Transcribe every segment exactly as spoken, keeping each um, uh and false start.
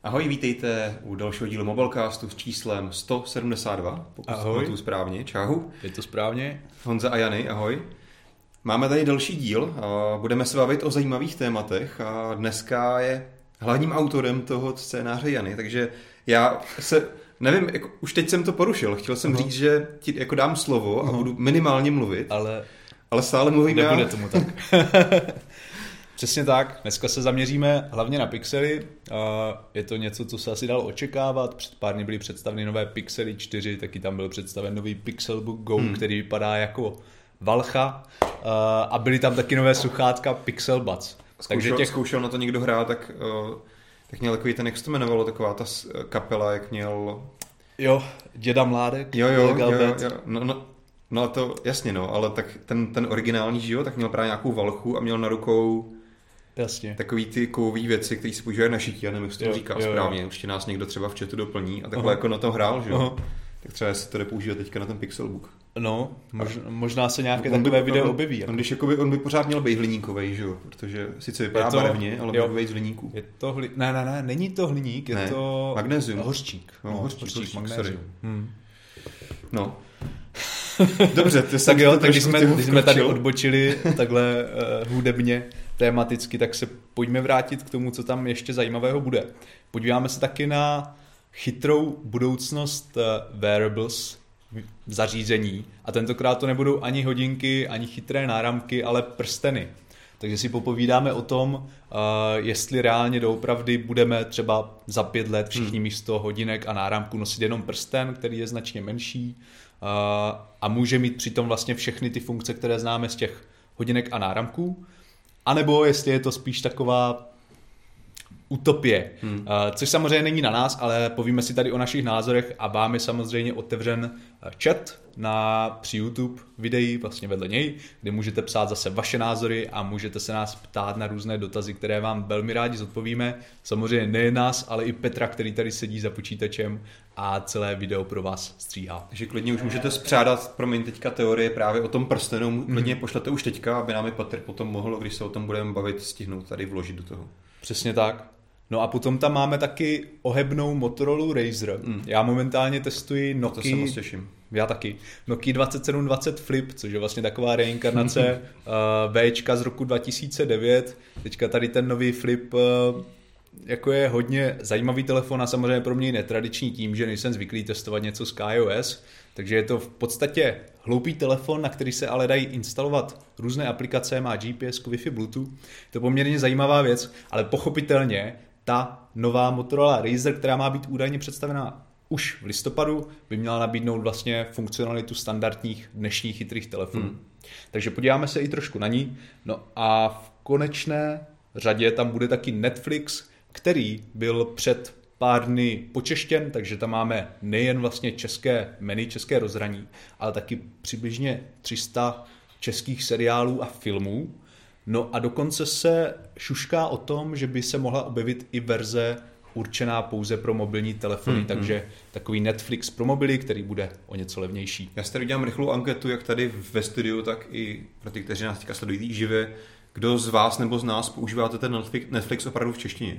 Ahoj, vítejte u dalšího dílu Mobilecastu s číslem sto sedmdesát dva, pokud ahoj. to správně. Čau. Je to správně. Honza a Jany, ahoj. Máme tady další díl a budeme se bavit o zajímavých tématech a dneska je hlavním autorem toho scénáře Jany, takže já se, nevím, jako, už teď jsem to porušil, chtěl jsem uh-huh. říct, že ti jako dám slovo uh-huh. a budu minimálně mluvit, ale, ale stále mluvím nebude já. Tomu tak. Přesně tak, dneska se zaměříme hlavně na pixely, je to něco, co se asi dalo očekávat, před pár dny byly představeny nové Pixely čtyři, taky tam byl představen nový Pixelbook Go, hmm. který vypadá jako valcha a byly tam taky nové sluchátka Pixel Buds. Zkoušel, Takže těch... zkoušel na to někdo hrát, tak, tak měl takový ten, jak se to jmenovalo, taková ta kapela, jak měl... Jo, Děda Mládek. Jo, jo, jo, jo, jo. No, no. No a to jasně no, ale tak ten, ten originální, že jo, tak měl právě nějakou valchu a měl na rukou jasně. takový ty kovové věci, které se používají na šití, já nevím, jestli to říká jo, správně, jo. Určitě nás někdo třeba v chatu doplní a takhle uh-huh. jako na tom hrál, že jo. Uh-huh. Tak třeba se to jde používat teďka na ten Pixelbook. No, mož, možná se nějaké on takové by, video on, objeví. Jako. On, když jakoby, on by pořád měl být hliníkovej, že jo, protože sice vypadá to, barevně, ale by být z hliníku. Je to hli... Ne, ne, ne, není to hliník, je ne. to... Magnézium. Hořčík. No, no hořčík, hořčík, hořčík magnézium. Hmm. No. Dobře, ty tak jo, tak když jsme, když jsme tady odbočili takhle uh, hudebně, tematicky, tak se pojďme vrátit k tomu, co tam ještě zajímavého bude. Podíváme se taky na chytrou budoucnost uh, wearables, zařízení, a tentokrát to nebudou ani hodinky, ani chytré náramky, ale prsteny. Takže si popovídáme o tom, uh, jestli reálně doopravdy budeme třeba za pět let všichni hmm. místo hodinek a náramku nosit jenom prsten, který je značně menší uh, a může mít přitom vlastně všechny ty funkce, které známe z těch hodinek a náramků. A nebo jestli je to spíš taková utopie, hmm. uh, což samozřejmě není na nás, ale povíme si tady o našich názorech a vám je samozřejmě otevřen chat na při YouTube videí vlastně vedle něj, kde můžete psát zase vaše názory a můžete se nás ptát na různé dotazy, které vám velmi rádi zodpovíme. Samozřejmě nejen nás, ale i Petra, který tady sedí za počítačem a celé video pro vás stříhá. Takže klidně už můžete spřádat, promiň, teďka teorie právě o tom prstenu, klidně mm. pošlete už teďka, aby nám i Petr potom mohl, když se o tom budeme bavit, stihnout tady vložit do toho. Přesně tak. No a potom tam máme taky ohebnou Motorola Razr. Mm. Já momentálně testuji Nokia. To se moc těším. Já taky. Nokia dvacet sedm dvacet Flip, což je vlastně taková reinkarnace uh, Včka z roku dva tisíce devět. Teďka tady ten nový Flip uh, jako je hodně zajímavý telefon a samozřejmě pro mě netradiční tím, že nejsem zvyklý testovat něco z iOS. Takže je to v podstatě hloupý telefon, na který se ale dají instalovat různé aplikace, má G P S, Wi-Fi, Bluetooth. To je poměrně zajímavá věc, ale pochopitelně ta nová Motorola Razr, která má být údajně představená už v listopadu, by měla nabídnout vlastně funkcionalitu standardních dnešních chytrých telefonů. Hmm. Takže podíváme se i trošku na ní. No a v konečné řadě tam bude taky Netflix, který byl před pár dny počeštěn, takže tam máme nejen vlastně české menu, české rozhraní, ale taky přibližně tři sta českých seriálů a filmů. No a dokonce se šušká o tom, že by se mohla objevit i verze určená pouze pro mobilní telefony, hmm, takže hmm. takový Netflix pro mobily, který bude o něco levnější. Já si tady udělám rychlou anketu, jak tady ve studiu, tak i pro ty, kteří nás teďka sledují živě. Kdo z vás nebo z nás používáte ten Netflix, Netflix opravdu v češtině?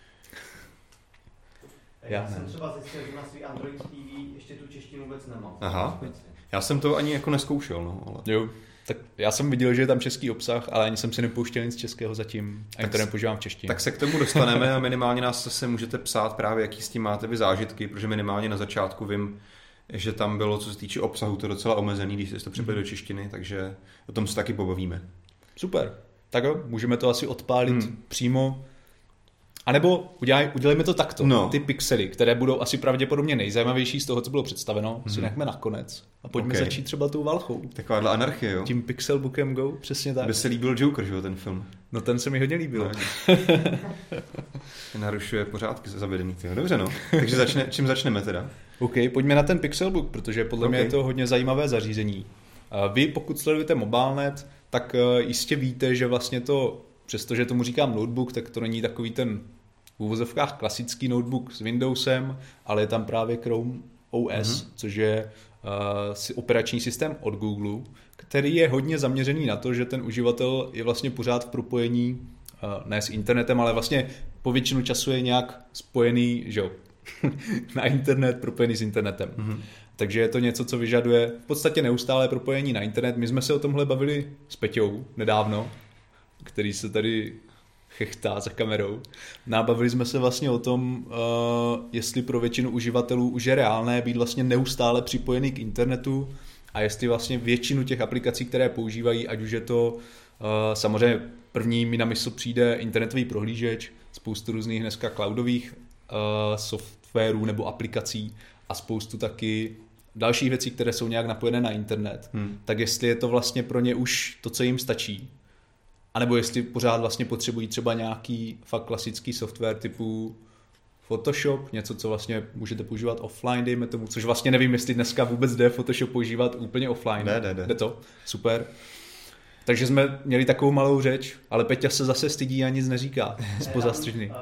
Já, Já jsem třeba zjistil, že na svý Android T V ještě tu češtinu vůbec nemám. Aha, já jsem to ani jako neskoušel, no, ale... Jo. Tak já jsem viděl, že je tam český obsah, ale ani jsem si nepouštěl nic českého zatím, ani tak to nepoužívám v češtině. Tak se k tomu dostaneme a minimálně nás zase můžete psát právě, jaký s tím máte vy zážitky, protože minimálně na začátku vím, že tam bylo, co se týče obsahu, to docela omezený, když jste to přepli do češtiny, takže o tom se taky pobavíme. Super, tak jo, můžeme to asi odpálit hmm. přímo. A nebo udělaj, udělejme to takto. No. Ty pixely, které budou asi pravděpodobně nejzajímavější z toho, co bylo představeno, hmm. si nechme nakonec. A pojďme okay. začít třeba tou valchou. Takováhle anarchie, jo? Tím Pixelbookem Go, přesně tak. By se líbil Joker, že jo, ten film? No ten se mi hodně líbil. No, narušuje pořádky zavedený. Dobře, no. Takže začne, čím začneme teda? OK, pojďme na ten Pixelbook, protože podle okay. mě je to hodně zajímavé zařízení. Vy, pokud sledujete MobileNet, tak jistě víte, že vlastně to, přestože tomu říkám notebook, tak to není takový ten v uvozovkách klasický notebook s Windowsem, ale je tam právě Chrome O S, mm-hmm. což je uh, operační systém od Google, který je hodně zaměřený na to, že ten uživatel je vlastně pořád v propojení uh, ne s internetem, ale vlastně po většinu času je nějak spojený, že jo, na internet, propojený s internetem. Mm-hmm. Takže je to něco, co vyžaduje v podstatě neustále propojení na internet. My jsme se o tomhle bavili s Peťou nedávno, který se tady chechtá za kamerou. Bavili jsme se vlastně o tom, uh, jestli pro většinu uživatelů už je reálné být vlastně neustále připojený k internetu a jestli vlastně většinu těch aplikací, které používají, ať už je to uh, samozřejmě první mi na mysl přijde internetový prohlížeč, spoustu různých dneska cloudových uh, softwarů nebo aplikací a spoustu taky dalších věcí, které jsou nějak napojené na internet, hmm. tak jestli je to vlastně pro ně už to, co jim stačí, anebo jestli pořád vlastně potřebují třeba nějaký fakt klasický software typu Photoshop, něco, co vlastně můžete používat offline, dejme tomu, což vlastně nevím, jestli dneska vůbec jde Photoshop používat úplně offline. Ne, ne, ne. Jde to? Super. Takže jsme měli takovou malou řeč, ale Peťa se zase stydí a nic neříká spoza střižny.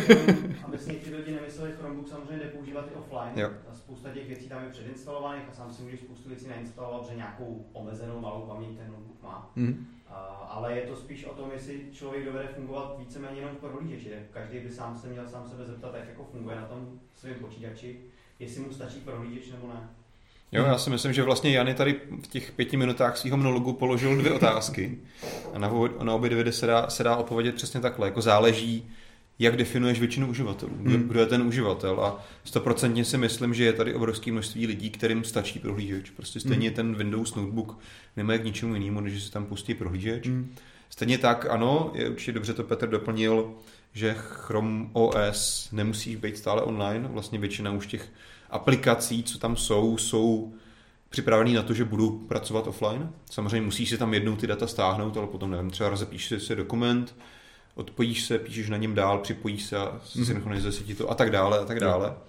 Aby si někteří lidi nemysleli, Chromebook samozřejmě jde používat i offline. Jo. Spousta těch věcí tam je předinstalovaných a sám si můžeš spoustu věcí nainstalovat, protože nějakou omezenou malou paměť ten notebook má. Mm. A, ale je to spíš o tom, jestli člověk dovede fungovat víceméně jenom v prohlížeči. Každý by sám se měl sám sebe zeptat, jak jako funguje na tom svém počítači, jestli mu stačí prohlížeč nebo ne. Jo, já si myslím, že vlastně Jany tady v těch pěti minutách svého monologu položil dvě otázky a na, na obě dvě se dá, se dá odpovědět přesně takhle. Jako záleží, jak definuješ většinu uživatelů. Kdo, hmm. kdo je ten uživatel a stoprocentně si myslím, že je tady obrovské množství lidí, kterým stačí prohlížeč. Prostě stejně hmm. ten Windows notebook nemá k ničemu jinému, než si tam pustí prohlížeč. Hmm. Stejně tak, ano, je určitě dobře to Petr doplnil, že Chrome O S nemusí být stále online. Vlastně většina už těch aplikací, co tam jsou, jsou připravený na to, že budou pracovat offline. Samozřejmě musíš si tam jednou ty data stáhnout, ale potom nevím, třeba rozepíšeš si dokument, odpojíš se, píšeš na něm dál, připojíš se a synchronizuje se ti to a tak dále a tak dále. Mm.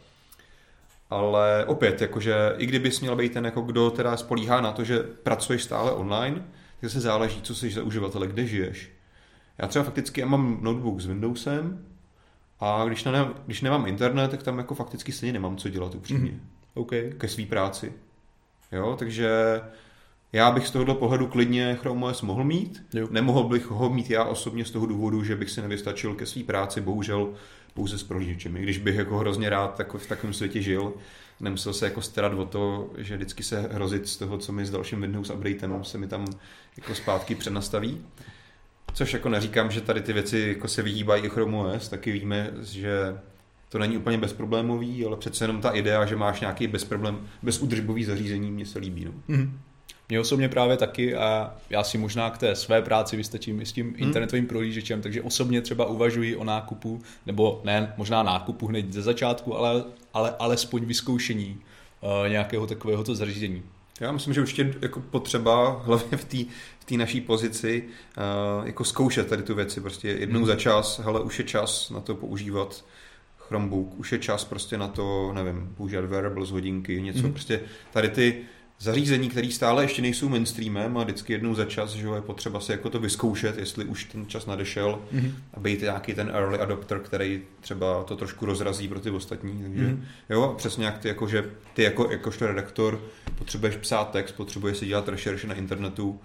Ale opět, jakože i kdybys měl být ten, jako kdo teda spolíhá na to, že pracuješ stále online, tak se záleží, co jsi za uživatele, kde žiješ. Já třeba fakticky já mám notebook s Windowsem a když, ne, když nemám internet, tak tam jako fakticky stejně nemám co dělat upřímně. Mm. Okay. Ke své práci. Jo, takže já bych z tohohle pohledu klidně Chrome O S mohl mít. Jo. Nemohl bych ho mít já osobně z toho důvodu, že bych si nevystačil ke své práci, bohužel pouze s prohlížečem. I když bych jako hrozně rád tak v takovém světě žil, nemusel se jako starat o to, že vždycky se hrozit z toho, co mi s dalším Windows updatem se mi tam jako zpátky přednastaví. Což jako neříkám, že tady ty věci jako se vyhýbají i Chrome O S, taky víme, že to není úplně bezproblémový, ale přece jenom ta idea, že máš nějaký bezproblém, bezúdržbový zařízení, mně se líbí. No. Mm. Mně osobně právě taky a já si možná k té své práci vystačím i s tím internetovým prohlížečem, takže osobně třeba uvažuji o nákupu, nebo ne možná nákupu hned ze začátku, ale, ale alespoň vyzkoušení uh, nějakého takovéhoto zařízení. Já myslím, že určitě jako potřeba, hlavně v té v té naší pozici, uh, jako zkoušet tady tu věci. Prostě jednou hmm. za čas, hele, už je čas na to používat Chromebook, už je čas prostě na to, nevím, používat wearables, hodinky, něco. Hmm. Prostě tady ty zařízení, které stále ještě nejsou mainstreamem a vždycky jednou za čas, že je potřeba si jako to vyzkoušet, jestli už ten čas nadešel mm-hmm. a být nějaký ten early adopter, který třeba to trošku rozrazí pro ty ostatní. Takže mm-hmm. jo, přesně jak ty, jako, že ty jako, jakožto redaktor potřebuješ psát text, potřebuješ si dělat rešerše na internetu,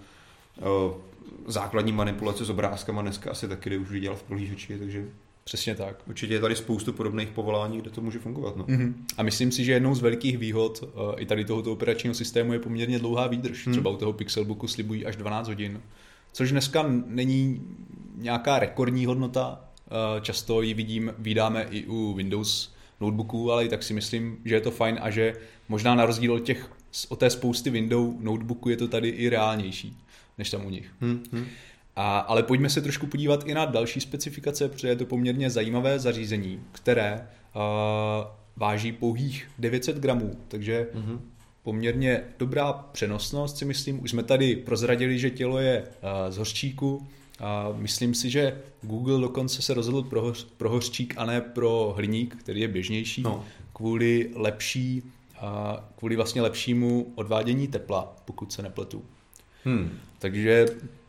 základní manipulace s obrázkama dneska asi taky už dělat v prohlížeči, takže přesně tak. Určitě je tady spoustu podobných povolání, kde to může fungovat. No. Mm-hmm. A myslím si, že jednou z velikých výhod uh, i tady tohoto operačního systému je poměrně dlouhá výdrž. Mm. Třeba u toho Pixelbooku slibují až dvanáct hodin, což dneska není nějaká rekordní hodnota. Uh, často ji vidím, vydáme i u Windows notebooků, ale i tak si myslím, že je to fajn a že možná na rozdíl od, těch, od té spousty Windows notebooků je to tady i reálnější, než tam u nich. Mm-hmm. A, ale pojďme se trošku podívat i na další specifikace, protože je to poměrně zajímavé zařízení, které uh, váží pouhých devět set gramů, takže mm-hmm. poměrně dobrá přenosnost, si myslím. Už jsme tady prozradili, že tělo je uh, z hořčíku. Uh, myslím si, že Google dokonce se rozhodl pro, pro hořčík a ne pro hliník, který je běžnější, no. kvůli lepší, uh, kvůli vlastně lepšímu odvádění tepla, pokud se nepletu. Hmm. Takže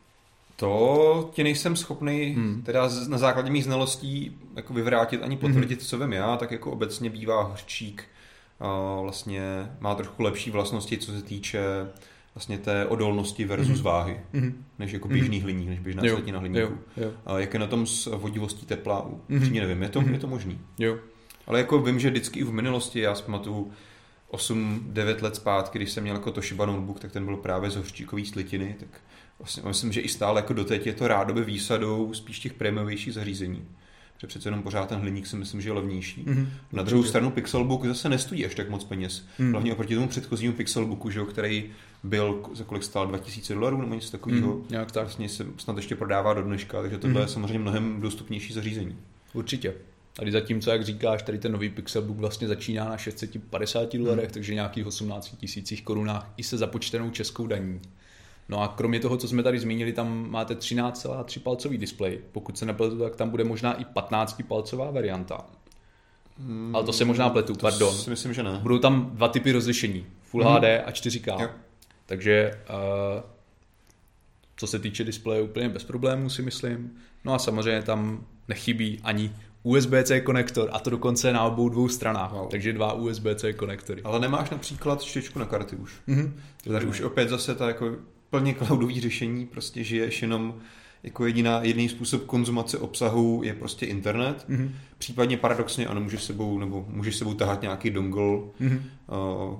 to ti nejsem schopný hmm. teda na základě mých znalostí jako vyvrátit ani potvrdit, hmm. co vím já, tak jako obecně bývá hořčík a vlastně má trochu lepší vlastnosti, co se týče vlastně té odolnosti versus mm-hmm. váhy, mm-hmm. než jako běžný mm-hmm. hliník, než běžná slitina hliníku. Jo, jo. A jak je na tom s vodivostí tepla? Mm-hmm. Nevím, je to, mm-hmm. je to možný. Jo. Ale jako vím, že vždycky i v minulosti, já si pamatuju osm devět let zpátky, když jsem měl jako Toshiba notebook, tak ten byl právě z hořčíkový slitiny, tak vlastně myslím, že i stále jako doteď je to rádoby výsadou spíš těch prémiovějších zařízení. Protože přece jenom pořád ten hliník si myslím, že je levnější. Mm-hmm. Na druhou stranu Pixelbook zase nestojí až tak moc peněz. Mm. Hlavně oproti tomu předchozímu Pixelbooku, že jo, který byl, za kolik stál, dva tisíce dolarů nebo něco takového. Mm, nějak tak. Vlastně se snad ještě prodává do dneška, takže tohle mm. je samozřejmě mnohem dostupnější zařízení. Určitě. Tady zatímco, jak říkáš, tady ten nový Pixelbook vlastně začíná na šest set padesát dolarech, mm. takže nějakých osmnáct tisících korunách i se započtenou českou daní. No a kromě toho, co jsme tady zmínili, tam máte třináct celá tři palcový displej. Pokud se nepletu, tak tam bude možná i patnáctipalcová varianta. Hmm, ale to se možná pletu, to pardon. Si myslím, že ne. Budou tam dva typy rozlišení. Full hmm. H D a čtyři K. Jo. Takže uh, co se týče displeje, úplně bez problémů si myslím. No a samozřejmě tam nechybí ani U S B C konektor, a to dokonce na obou dvou stranách. Wow. Takže dva U S B C konektory. Ale nemáš například čtečku na karty už. Mm-hmm. Tady už opět zase ta jako plně cloudový řešení, prostě žiješ jenom jako jediná, jediný způsob konzumace obsahu je prostě internet. Mm-hmm. Případně paradoxně, ano, můžeš sebou, nebo můžeš sebou tahat nějaký dongle, mm-hmm. uh,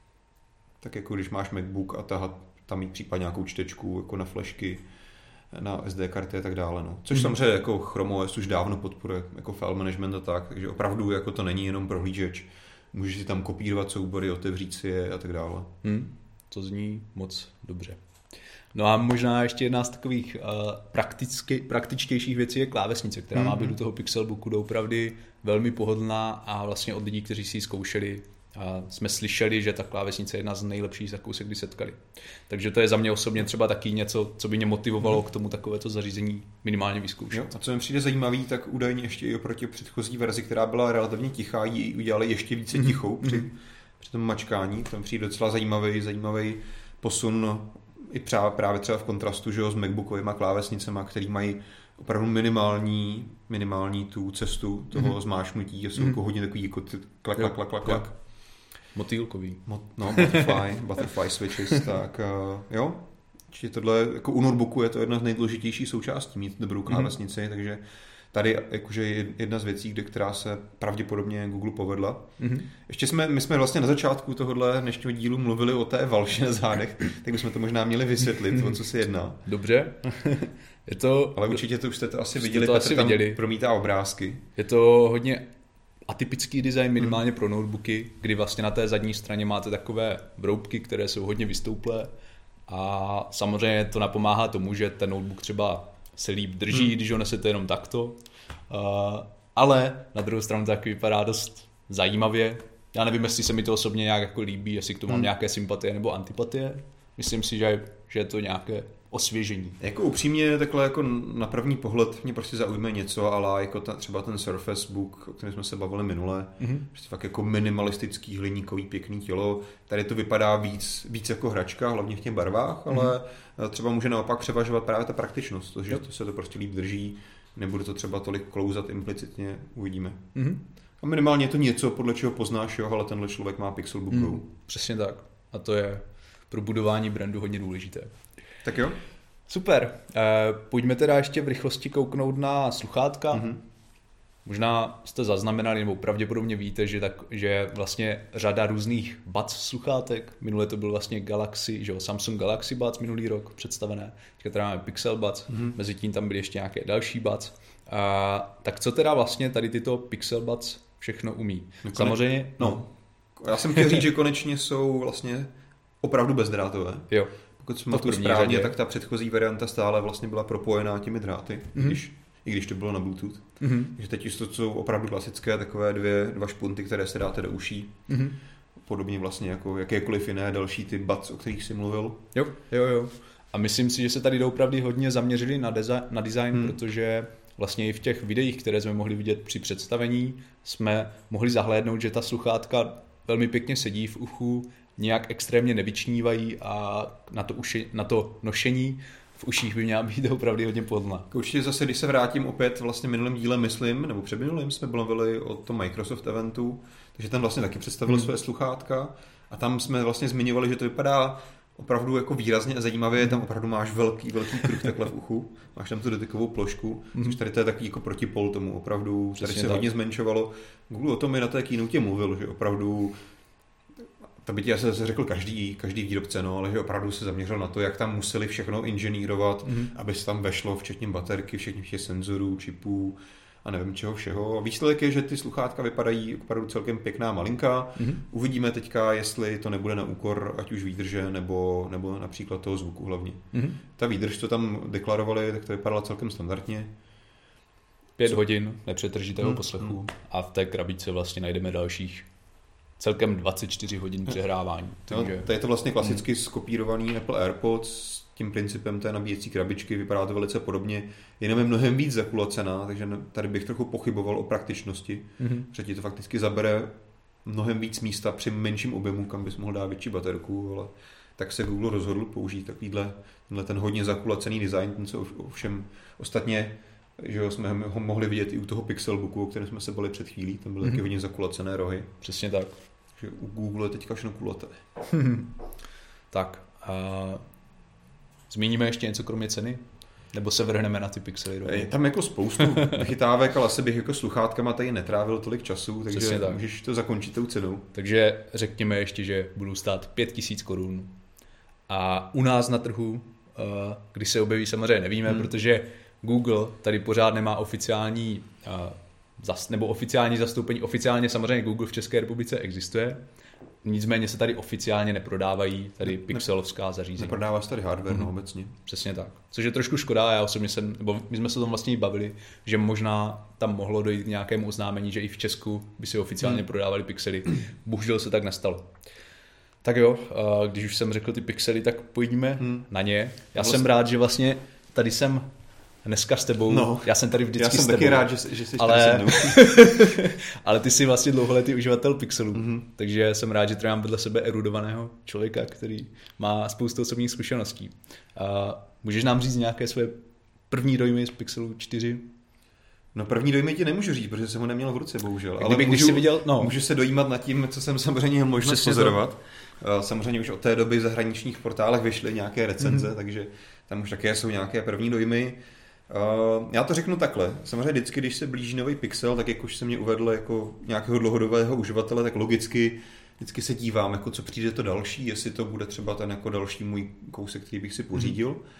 tak jako když máš MacBook a tahat tam mít případně nějakou čtečku jako na flashky, na S D karty a tak dále. No. Což mm-hmm. samozřejmě jako Chrome O S už dávno podporuje, jako file management a tak, takže opravdu jako to není jenom prohlížeč. Můžeš si tam kopírovat soubory, otevřít si je a tak dále. Mm, to zní moc dobře. No a možná ještě jedna z takových uh, prakticky, praktičtějších věcí je klávesnice, která mm-hmm. má být do toho Pixelbooku doopravdy velmi pohodlná a vlastně od lidí, kteří si ji zkoušeli, a jsme slyšeli, že ta klávesnice je jedna z nejlepších, s jakou se kdy setkali. Takže to je za mě osobně třeba taky něco, co by mě motivovalo k tomu takovéto zařízení minimálně vyzkoušet. Jo, a co mi přijde zajímavý, tak údajně ještě i oproti předchozí verzi, která byla relativně tichá, ji udělali ještě více tichou mm-hmm. při, při tom mačkání. Tam přijde docela zajímavý, zajímavý posun i třeba, právě třeba v kontrastu, že jo, s MacBookovými klávesnicemi, který mají opravdu minimální, minimální tu cestu toho mm-hmm. zmáčknutí a jsou mm-hmm. jako hodně takový jako klak, klak, klak, klak, klak. Motýlkový. Mo, no, butterfly, butterfly switches, tak uh, jo. Určitě tohle, jako u notebooku je to jedna z nejdůležitějších součástí mít dobrou klávesnici, mm-hmm. takže tady jakože je jedna z věcí, kde, která se pravděpodobně Google povedla. Mm-hmm. Ještě jsme, my jsme vlastně na začátku tohohle dnešního dílu mluvili o té valši na zádech, tak bychom to možná měli vysvětlit, o co se jedná. Dobře. Je to, ale určitě to už jste to asi viděli, to asi tam viděli. Promítá obrázky. Je to hodně atypický design minimálně hmm. pro notebooky, kdy vlastně na té zadní straně máte takové vroubky, které jsou hodně vystouplé a samozřejmě to napomáhá tomu, že ten notebook třeba se líp drží, hmm. když ho nesete jenom takto, uh, ale na druhou stranu tak vypadá dost zajímavě. Já nevím, jestli se mi to osobně nějak jako líbí, jestli k tomu hmm. mám nějaké sympatie nebo antipatie. Myslím si, že, že je to nějaké osvěžení. Jako upřímně takhle jako na první pohled mě prostě zaujme něco, ale jako ta, třeba ten Surface Book, o kterém jsme se bavili minule, mm-hmm. prostě fakt jako minimalistický hliníkový pěkný tělo. Tady to vypadá víc, víc jako hračka, hlavně v těch barvách, mm-hmm. ale třeba může naopak převažovat právě ta praktičnost, to, že yep. to se to prostě líp drží, nebude to třeba tolik klouzat implicitně, uvidíme. Mm-hmm. A minimálně je to něco, podle čeho poznáš, jo, ale tenhle člověk má Pixelbook Pro. Mm, přesně tak. A to je pro budování brandu hodně důležité. Tak jo. Super. E, pojďme teda ještě v rychlosti kouknout na sluchátka. Mm-hmm. Možná jste zaznamenali, nebo pravděpodobně víte, že, tak, že vlastně řada různých buds sluchátek. Minule to byl vlastně Galaxy, že jo, Samsung Galaxy Buds minulý rok představené. Teďka teda máme Pixel Buds, mm-hmm. mezi tím tam byly ještě nějaké další buds. A, tak co teda vlastně tady tyto Pixel Buds všechno umí? No, samozřejmě, no. no. Já jsem chtěl říct, že konečně jsou vlastně opravdu bezdrátové. Jo. Pokud jsme to správně, řadě. Tak ta předchozí varianta stále vlastně byla propojená těmi dráty, mm-hmm. když, i když to bylo na Bluetooth. Mm-hmm. Takže teď to jsou opravdu klasické takové dvě, dva špunty, které se dáte do uší. Mm-hmm. Podobně vlastně jako jakékoliv jiné další ty buds, o kterých jsi mluvil. Jo, jo, jo. A myslím si, že se tady doopravdy hodně zaměřili na, deza- na design, mm. protože vlastně i v těch videích, které jsme mohli vidět při představení, jsme mohli zahlédnout, že ta sluchátka velmi pěkně sedí v uchu, nějak extrémně nevyčnívají a na to, uši, na to nošení v uších by měla být opravdu hodně pohodlná. Určitě zase, když se vrátím opět vlastně minulým dílem, myslím, nebo předminulým jsme mluvili o tom Microsoft eventu, takže tam vlastně taky představil hmm. své sluchátka a tam jsme vlastně zmiňovali, že to vypadá opravdu jako výrazně a zajímavě, tam opravdu máš velký, velký kruh takhle v uchu, máš tam tu dotykovou plošku, mm-hmm. což tady to je takový jako protipol tomu, opravdu, tady se tak. hodně zmenšovalo. Google o tom mi na té keynote mluvil, že opravdu, to by ti asi řekl každý, každý výrobce, no, ale že opravdu se zaměřil na to, jak tam museli všechno inženýrovat, mm-hmm. aby se tam vešlo, včetně baterky, včetně těch senzorů, čipů, a nevím čeho všeho. Výsledek je, že ty sluchátka vypadají opravdu celkem pěkná malinká. Mm-hmm. Uvidíme teďka, jestli to nebude na úkor ať už výdrže, nebo, nebo například toho zvuku hlavně. Mm-hmm. Ta výdrž, co tam deklarovali, tak to vypadala celkem standardně. Pět co? hodin nepřetržitého mm-hmm. poslechu a v té krabičce vlastně najdeme dalších celkem dvacet čtyři hodin přehrávání. Takže... No, to je to vlastně klasicky mm-hmm. skopírovaný Apple AirPods tím principem té nabíjecí krabičky, vypadá to velice podobně, jenom je mnohem víc zakulacená, takže tady bych trochu pochyboval o praktičnosti, mm-hmm. protože ti to fakticky zabere mnohem víc místa při menším objemu, kam bys mohl dát větší baterku, ale tak se Google rozhodl použít takovýhle tenhle ten hodně zakulacený design, ten co ovšem ostatně, že jo, jsme ho mohli vidět i u toho Pixelbooku, o kterém jsme se bavili před chvílí, tam byly mm-hmm. taky hodně zakulacené rohy. Přesně tak. Takže u Google je teďka všechno kulaté. Tak, a zmíníme ještě něco kromě ceny? Nebo se vrhneme na ty pixely? Je tam jako spoustu vychytávek, ale asi bych jako sluchátkama tady netrávil tolik času, takže tak. Můžeš to zakončit tou cenou. Takže řekněme ještě, že budou stát pět tisíc korun. A u nás na trhu, když se objeví, samozřejmě nevíme, hmm. protože Google tady pořád nemá oficiální, nebo oficiální zastoupení. Oficiálně samozřejmě Google v České republice existuje, nicméně se tady oficiálně neprodávají tady pixelovská zařízení. Neprodává se tady hardware, mm-hmm. no obecně. Přesně tak. Což je trošku škoda, já osobně jsem, nebo my jsme se o tom vlastně bavili, že možná tam mohlo dojít k nějakému oznámení, že i v Česku by si oficiálně mm. prodávali pixely. Bohužel se tak nestalo. Tak jo, když už jsem řekl ty pixely, tak pojďme mm. na ně. Já vlastně... jsem rád, že vlastně tady jsem dneska s tebou, no, já jsem tady vždycky s tebou. Já jsem taky rád, že, že jsi ale... tady ale ty jsi vlastně dlouholetý uživatel pixelů, mm-hmm. takže jsem rád, že tady mám vedle sebe erudovaného člověka, který má spoustu osobních zkušeností. A můžeš nám říct nějaké své první dojmy z Pixelu čtyři? No první dojmy ti nemůžu říct, protože jsem ho neměl v ruce, bohužel. Ale můžu, jsi viděl, no. můžu se dojímat nad tím, co jsem samozřejmě měl možnost pozorovat. To. Samozřejmě už od té doby v zahraničních portálech vyšly nějaké recenze, mm-hmm. takže tam už také jsou nějaké první dojmy. Uh, já to řeknu takhle. Samozřejmě vždycky, když se blíží nový Pixel, tak jak už se mě uvedl jako nějakého dlouhodobého uživatele, tak logicky vždycky se dívám, jako co přijde to další, jestli to bude třeba ten jako další můj kousek, který bych si pořídil. Mm-hmm.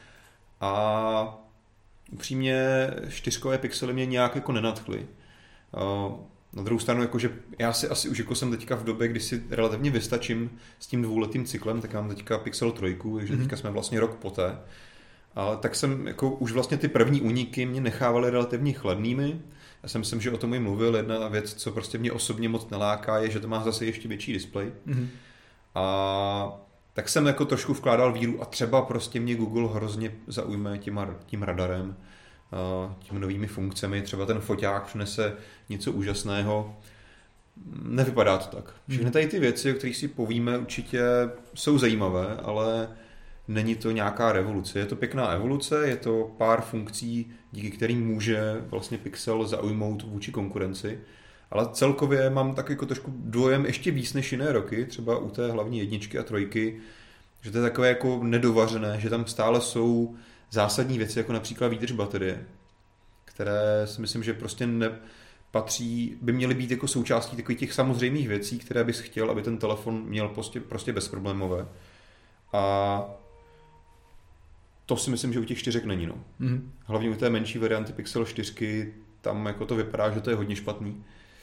A upřímně čtyřkové pixely mě nějak jako nenadchly. Uh, na druhou stranu, jakože já si asi už jako jsem teďka v době, kdy si relativně vystačím s tím dvouletým cyklem, tak mám teďka Pixel tři, takže mm-hmm. teďka jsme vlastně rok poté. Ale tak jsem jako už vlastně ty první úniky mě nechávaly relativně chladnými. Já si myslím, že o tom i mluvil. Jedna věc, co prostě mě osobně moc neláká, je, že to má zase ještě větší displej. Mm-hmm. A tak jsem jako trošku vkládal víru a třeba prostě mě Google hrozně zaujme tím, tím radarem, tím novými funkcemi. Třeba ten foťák přinese něco úžasného. Nevypadá to tak. Všechny tady ty věci, o kterých si povíme, určitě jsou zajímavé, ale není to nějaká revoluce. Je to pěkná evoluce, je to pár funkcí, díky kterým může vlastně Pixel zaujmout vůči konkurenci. Ale celkově mám tak jako trošku dojem ještě víc než jiné roky, třeba u té hlavní jedničky a trojky, že to je takové jako nedovařené, že tam stále jsou zásadní věci, jako například výdrž baterie, které si myslím, že prostě nepatří, by měly být jako součástí takových těch samozřejmých věcí, které bys chtěl, aby ten telefon měl prostě, prostě bezproblémové. A to si myslím, že u těch čtyřek není. No. Mm-hmm. Hlavně u té menší varianty Pixel čtyři, tam jako to vypadá, že to je hodně špatný.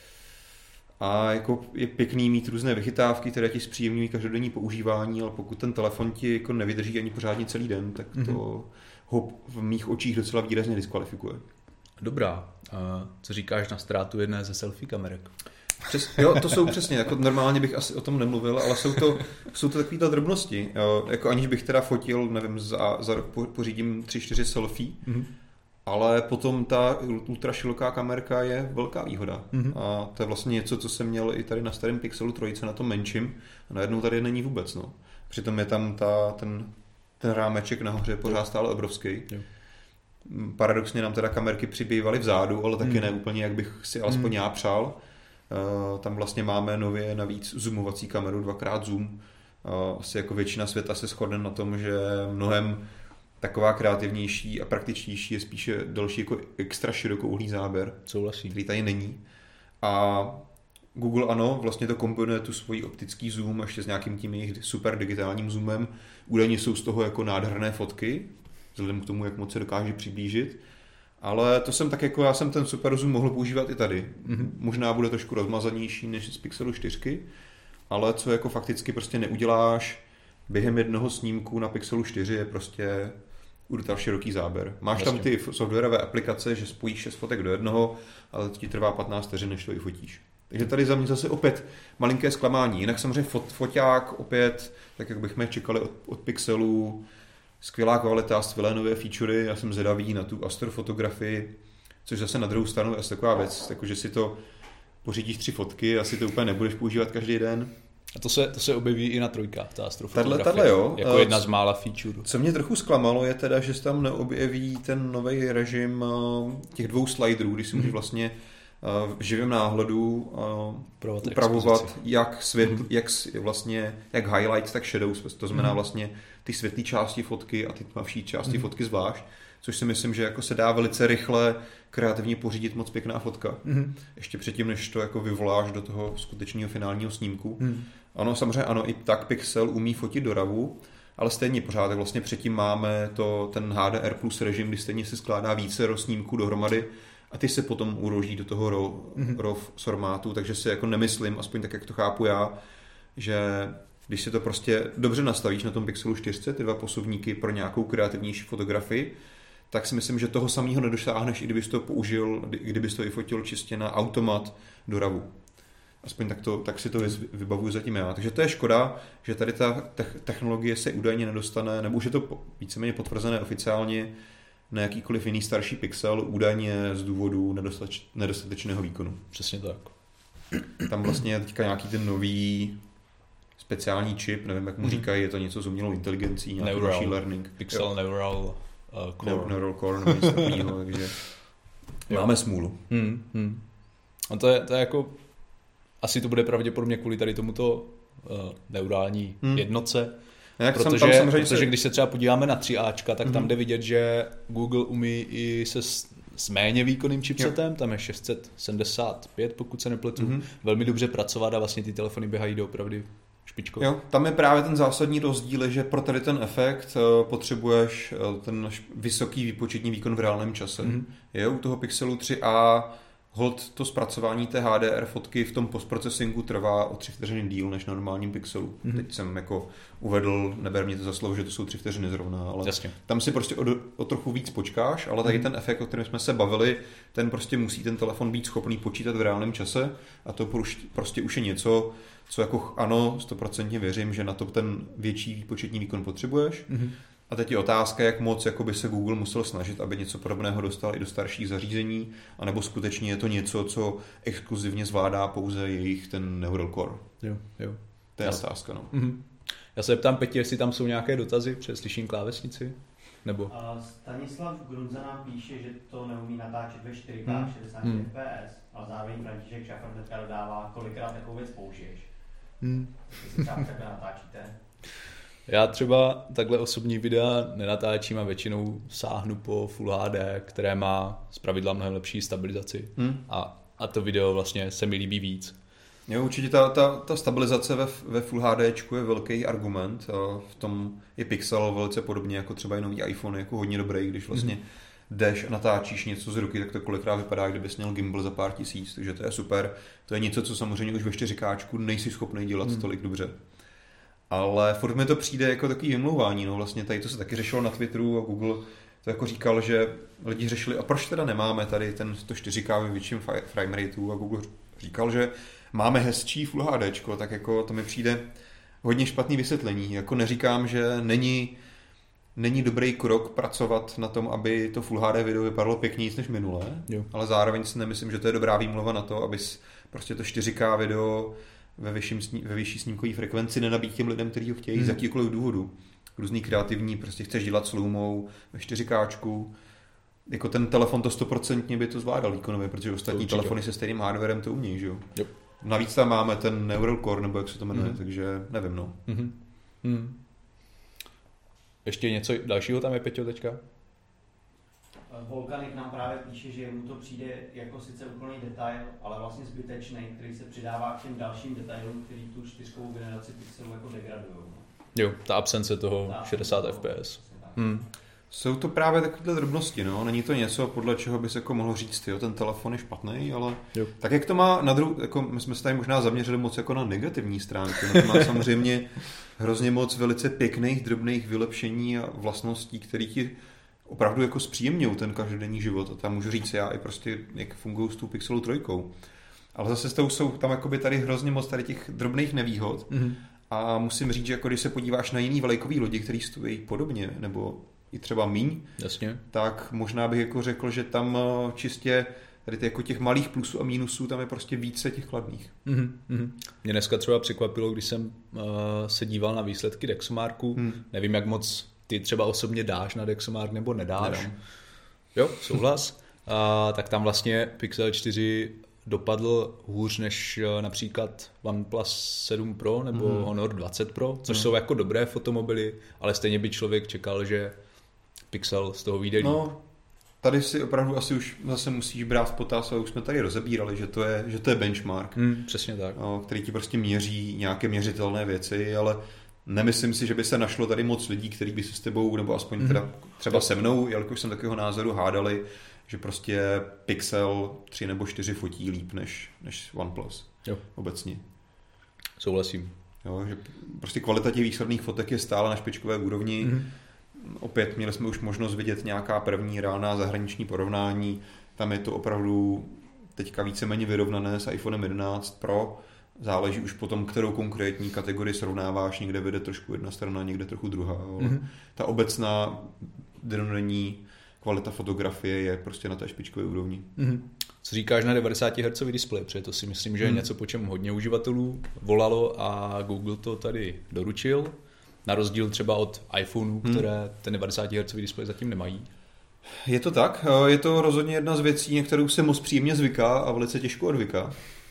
A jako je pěkný mít různé vychytávky, které ti zpříjemňují každodenní používání, ale pokud ten telefon ti jako nevydrží ani pořádně celý den, tak to mm-hmm. ho v mých očích docela výrazně diskvalifikuje. Dobrá. A co říkáš na ztrátu jedné ze selfie kamerek? Přes, jo, to jsou přesně, jako normálně bych asi o tom nemluvil, ale jsou to, jsou to takovýhle drobnosti. Jo, jako aniž bych teda fotil, nevím, za, za rok pořídím tři čtyři selfie, mm-hmm. ale potom ta ultra široká kamerka je velká výhoda. Mm-hmm. A to je vlastně něco, co jsem měl i tady na starém Pixelu tři, na tom menším, a najednou tady není vůbec. No. Přitom je tam ta, ten, ten rámeček nahoře pořád stále obrovský. Jo. Paradoxně nám teda kamerky přibývaly vzadu, ale taky mm. ne úplně, jak bych si alespoň mm. já přál. Uh, tam vlastně máme nově navíc zoomovací kameru, dvakrát zoom, asi jako většina světa se shodne na tom, že mnohem taková kreativnější a praktičtější je spíše další jako extra širokouhlý záběr, Souhlasím. který tady není. A Google ano, vlastně to kombinuje tu svůj optický zoom ještě s nějakým tím jejich super digitálním zoomem. Údajně jsou z toho jako nádherné fotky, vzhledem k tomu, jak moc se dokáže přiblížit. Ale to jsem tak jako, já jsem ten super zoom mohl používat i tady. Mm-hmm. Možná bude trošku rozmazanější než z Pixelu čtyři, ale co jako fakticky prostě neuděláš během jednoho snímku na Pixelu čtyři je prostě ultra široký záběr. Máš Jasně. tam ty softwarové aplikace, že spojíš šest fotek do jednoho, ale to ti trvá patnáct vteřin, než to i fotíš. Takže tady za mě zase opět malinké zklamání. Jinak samozřejmě fot, foťák opět, tak jak bychom čekali od, od Pixelu, skvělá kvalita, skvělé nové featurey, já jsem zvědavý na tu astrofotografii, což zase na druhou stranu je taková věc, takže si to pořídíš tři fotky, asi to úplně nebudeš používat každý den. A to se, to se objeví i na trojkách, ta astrofotografie. Tadle, tadle, jo. Jako jedna z mála feature. Co mě trochu zklamalo je teda, že se tam neobjeví ten nový režim těch dvou sliderů, kdy si můžeš vlastně v živém náhledu Provat upravovat expozici. jak svět, mm-hmm. jak vlastně jak highlights, tak shadows, to znamená mm-hmm. vlastně ty světlé části fotky a ty tmavší části mm-hmm. fotky zvlášť, což si myslím, že jako se dá velice rychle kreativně pořídit moc pěkná fotka. Mm-hmm. Ještě předtím, než to jako vyvoláš do toho skutečného finálního snímku. Mm-hmm. Ano, samozřejmě ano, i tak Pixel umí fotit do ravu, ale stejně pořád vlastně předtím máme to, ten H D R plus režim, kdy stejně se skládá více snímků dohromady a ty se potom uloží do toho RAW, mm-hmm. RAW formátu, takže si jako nemyslím, aspoň tak, jak to chápu já, že když si to prostě dobře nastavíš na tom Pixelu čtyři, ty dva posuvníky pro nějakou kreativnější fotografii, tak si myslím, že toho samého nedosáhneš, i kdybys to použil, kdybys to i fotil čistě na automat do ravu. Aspoň tak, to, tak si to vybavuju zatím já. Takže to je škoda, že tady ta technologie se údajně nedostane, nebo už je to víceméně potvrzené oficiálně na jakýkoliv jiný starší Pixel, údajně z důvodu nedostač, nedostatečného výkonu. Přesně tak. Tam vlastně je teďka nějaký ten nový speciální čip, nevím, jak mu říkají, je to něco s umělou inteligencí, nějaký neural, machine learning. Pixel jo. Neural uh, Core. Ne, neural Core, nebo něco takového, takže jo. máme smůlu. Hmm, hmm. A to je, to je jako, asi to bude pravděpodobně kvůli tady tomuto uh, neurální hmm. jednotce, Jak protože, tam protože se... když se třeba podíváme na tři áčka, tak mm-hmm. tam jde vidět, že Google umí i se s, s méně výkonným chipsetem, jo. tam je šest set sedmdesát pět, pokud se nepletu, mm-hmm. velmi dobře pracovat a vlastně ty telefony běhají doopravdy špičkově. Jo, tam je právě ten zásadní rozdíl, že pro tady ten efekt uh, potřebuješ uh, ten vysoký výpočetní výkon v reálném čase. Mm-hmm. Je u toho Pixelu tři a hold to zpracování té H D R fotky v tom postprocesingu trvá o tři vteřiny díl než na normálním Pixelu. Mm-hmm. Teď jsem jako uvedl, neber mě to za slovo, že to jsou tři vteřiny zrovna, ale Jasně. tam si prostě o, o trochu víc počkáš, ale tady mm-hmm. ten efekt, o kterém jsme se bavili, ten prostě musí ten telefon být schopný počítat v reálném čase a to prostě už je něco, co jako ano, stoprocentně věřím, že na to ten větší výpočetní výkon potřebuješ. Mm-hmm. A teď je otázka, jak moc jako by se Google musel snažit, aby něco podobného dostal i do starších zařízení, anebo skutečně je to něco, co exkluzivně zvládá pouze jejich ten Neural Core. Jo, jo. To je Jasně. otázka, no. Mm-hmm. Já se ptám Peti, jestli tam jsou nějaké dotazy, protože slyším klávesnici, nebo? Uh, Stanislav Grunza nám píše, že to neumí natáčet ve čtyři ká hmm. šedesát hmm. F P S, ale zároveň František Šafr hnedka dodává, kolikrát takovou věc použiješ. Hmm. Jestli třeba takhle natáčíte. Já třeba takhle osobní videa nenatáčím a většinou sáhnu po Full H D, které má zpravidla mnohem lepší stabilizaci hmm. a, a to video vlastně se mi líbí víc. Jo, určitě ta, ta, ta stabilizace ve, ve Full HDčku je velký argument. V tom je Pixel velice podobně jako třeba i nový iPhone, jako hodně dobrý, když vlastně hmm. jdeš a natáčíš něco z ruky, tak to kolikrát vypadá, kdybys měl gimbal za pár tisíc, takže to je super. To je něco, co samozřejmě už ve čtyři ká nejsi schopný dělat hmm. tolik dobře. Ale furt mi to přijde jako takový vymlouvání, no vlastně tady to se taky řešilo na Twitteru a Google to jako říkal, že lidi řešili, a proč teda nemáme tady ten to čtyři ká ve větším frame rateu, a Google říkal, že máme hezčí Full HDčko, tak jako to mi přijde hodně špatný vysvětlení. Jako neříkám, že není, není dobrý krok pracovat na tom, aby to Full H D video vypadalo pěknější než minulé, jo. ale zároveň si nemyslím, že to je dobrá výmluva na to, abys prostě to čtyři ká video ve, vyšším, ve vyšší snímkové frekvenci nenabít těm lidem, kteří ho chtějí hmm. z jakýkoliv důvodu. Různý kreativní, prostě chceš dělat slow-mo ve čtyři ká, jako ten telefon to stoprocentně by to zvládal výkonově, protože ostatní telefony se stejným hardwarem to umějí, že jo? Yep. Navíc tam máme ten Neural Core, nebo jak se to jmenuje, mm-hmm. takže nevím, no. Mm-hmm. Hmm. Ještě něco dalšího tam je, Peťo, teďka? Volkanik nám právě píše, že mu to přijde jako sice úplný detail, ale vlastně zbytečný, který se přidává k těm dalším detailům, který tu čtyřkovou generaci pixelů jako degradují. Jo, ta absence toho ta šedesát F P S. Hmm. Jsou to právě takové drobnosti, no. Není to něco, podle čeho bys jako mohl říct, jo, ten telefon je špatný, ale jo. Tak jak to má na druhou, jako my jsme se tady možná zaměřili moc jako na negativní stránky, no to má samozřejmě hrozně moc velice pěkných, drobných vylepšení a vlastností, které ti opravdu jako zpříjemňují ten každodenní život. A tam můžu říct já i prostě, jak fungují s tou Pixelu trojkou. Ale zase s tou jsou tam jakoby tady hrozně moc tady těch drobných nevýhod. Mm-hmm. A musím říct, že jako když se podíváš na jiný vlajkový lodi, který stojí podobně, nebo i třeba míň, jasně, tak možná bych jako řekl, že tam čistě tady ty jako těch malých plusů a mínusů, tam je prostě více těch kladných. Mm-hmm. Mě dneska třeba překvapilo, když jsem uh, se díval na výsledky Dexomarku. Hmm. Nevím, jak moc ty třeba osobně dáš na Dexomark nebo nedáš. Nedám. Jo, souhlas. uh, tak tam vlastně Pixel čtyři dopadl hůř než uh, například OnePlus sedm Pro nebo hmm. Honor dvacet Pro, což hmm. jsou jako dobré fotomobily, ale stejně by člověk čekal, že Pixel z toho vyjde líp. No, tady si opravdu asi už zase musíš brát v potaz, a už jsme tady rozebírali, že to je, že to je benchmark, hmm, přesně tak, který ti prostě měří nějaké měřitelné věci, ale nemyslím si, že by se našlo tady moc lidí, kteří by se s tebou, nebo aspoň hmm. teda třeba se mnou, jelikož jsem takového názoru, hádali, že prostě Pixel tři nebo čtyři fotí líp než, než OnePlus. Jo. Obecně. Souhlasím. Jo, že prostě kvalita těch výsledných fotek je stále na špičkové úrovni. Hmm. Opět měli jsme už možnost vidět nějaká první reálná zahraniční porovnání. Tam je to opravdu teďka víceméně vyrovnané s iPhonem jedenáct Pro. Záleží už potom, kterou konkrétní kategorii srovnáváš. Někde vyjde trošku jedna strana, někde trochu druhá. Mm-hmm. Ta obecná denodenní kvalita fotografie je prostě na té špičkové úrovni. Mm-hmm. Co říkáš na devadesát hertzový displej? Protože to si myslím, že je mm. něco, po čem hodně uživatelů volalo a Google to tady doručil. Na rozdíl třeba od iPhoneu, které hmm. ten devadesát hertzový displej zatím nemají. Je to tak. Je to rozhodně jedna z věcí, na kterou se moc příjemně zvyká a velice těžko odvyká.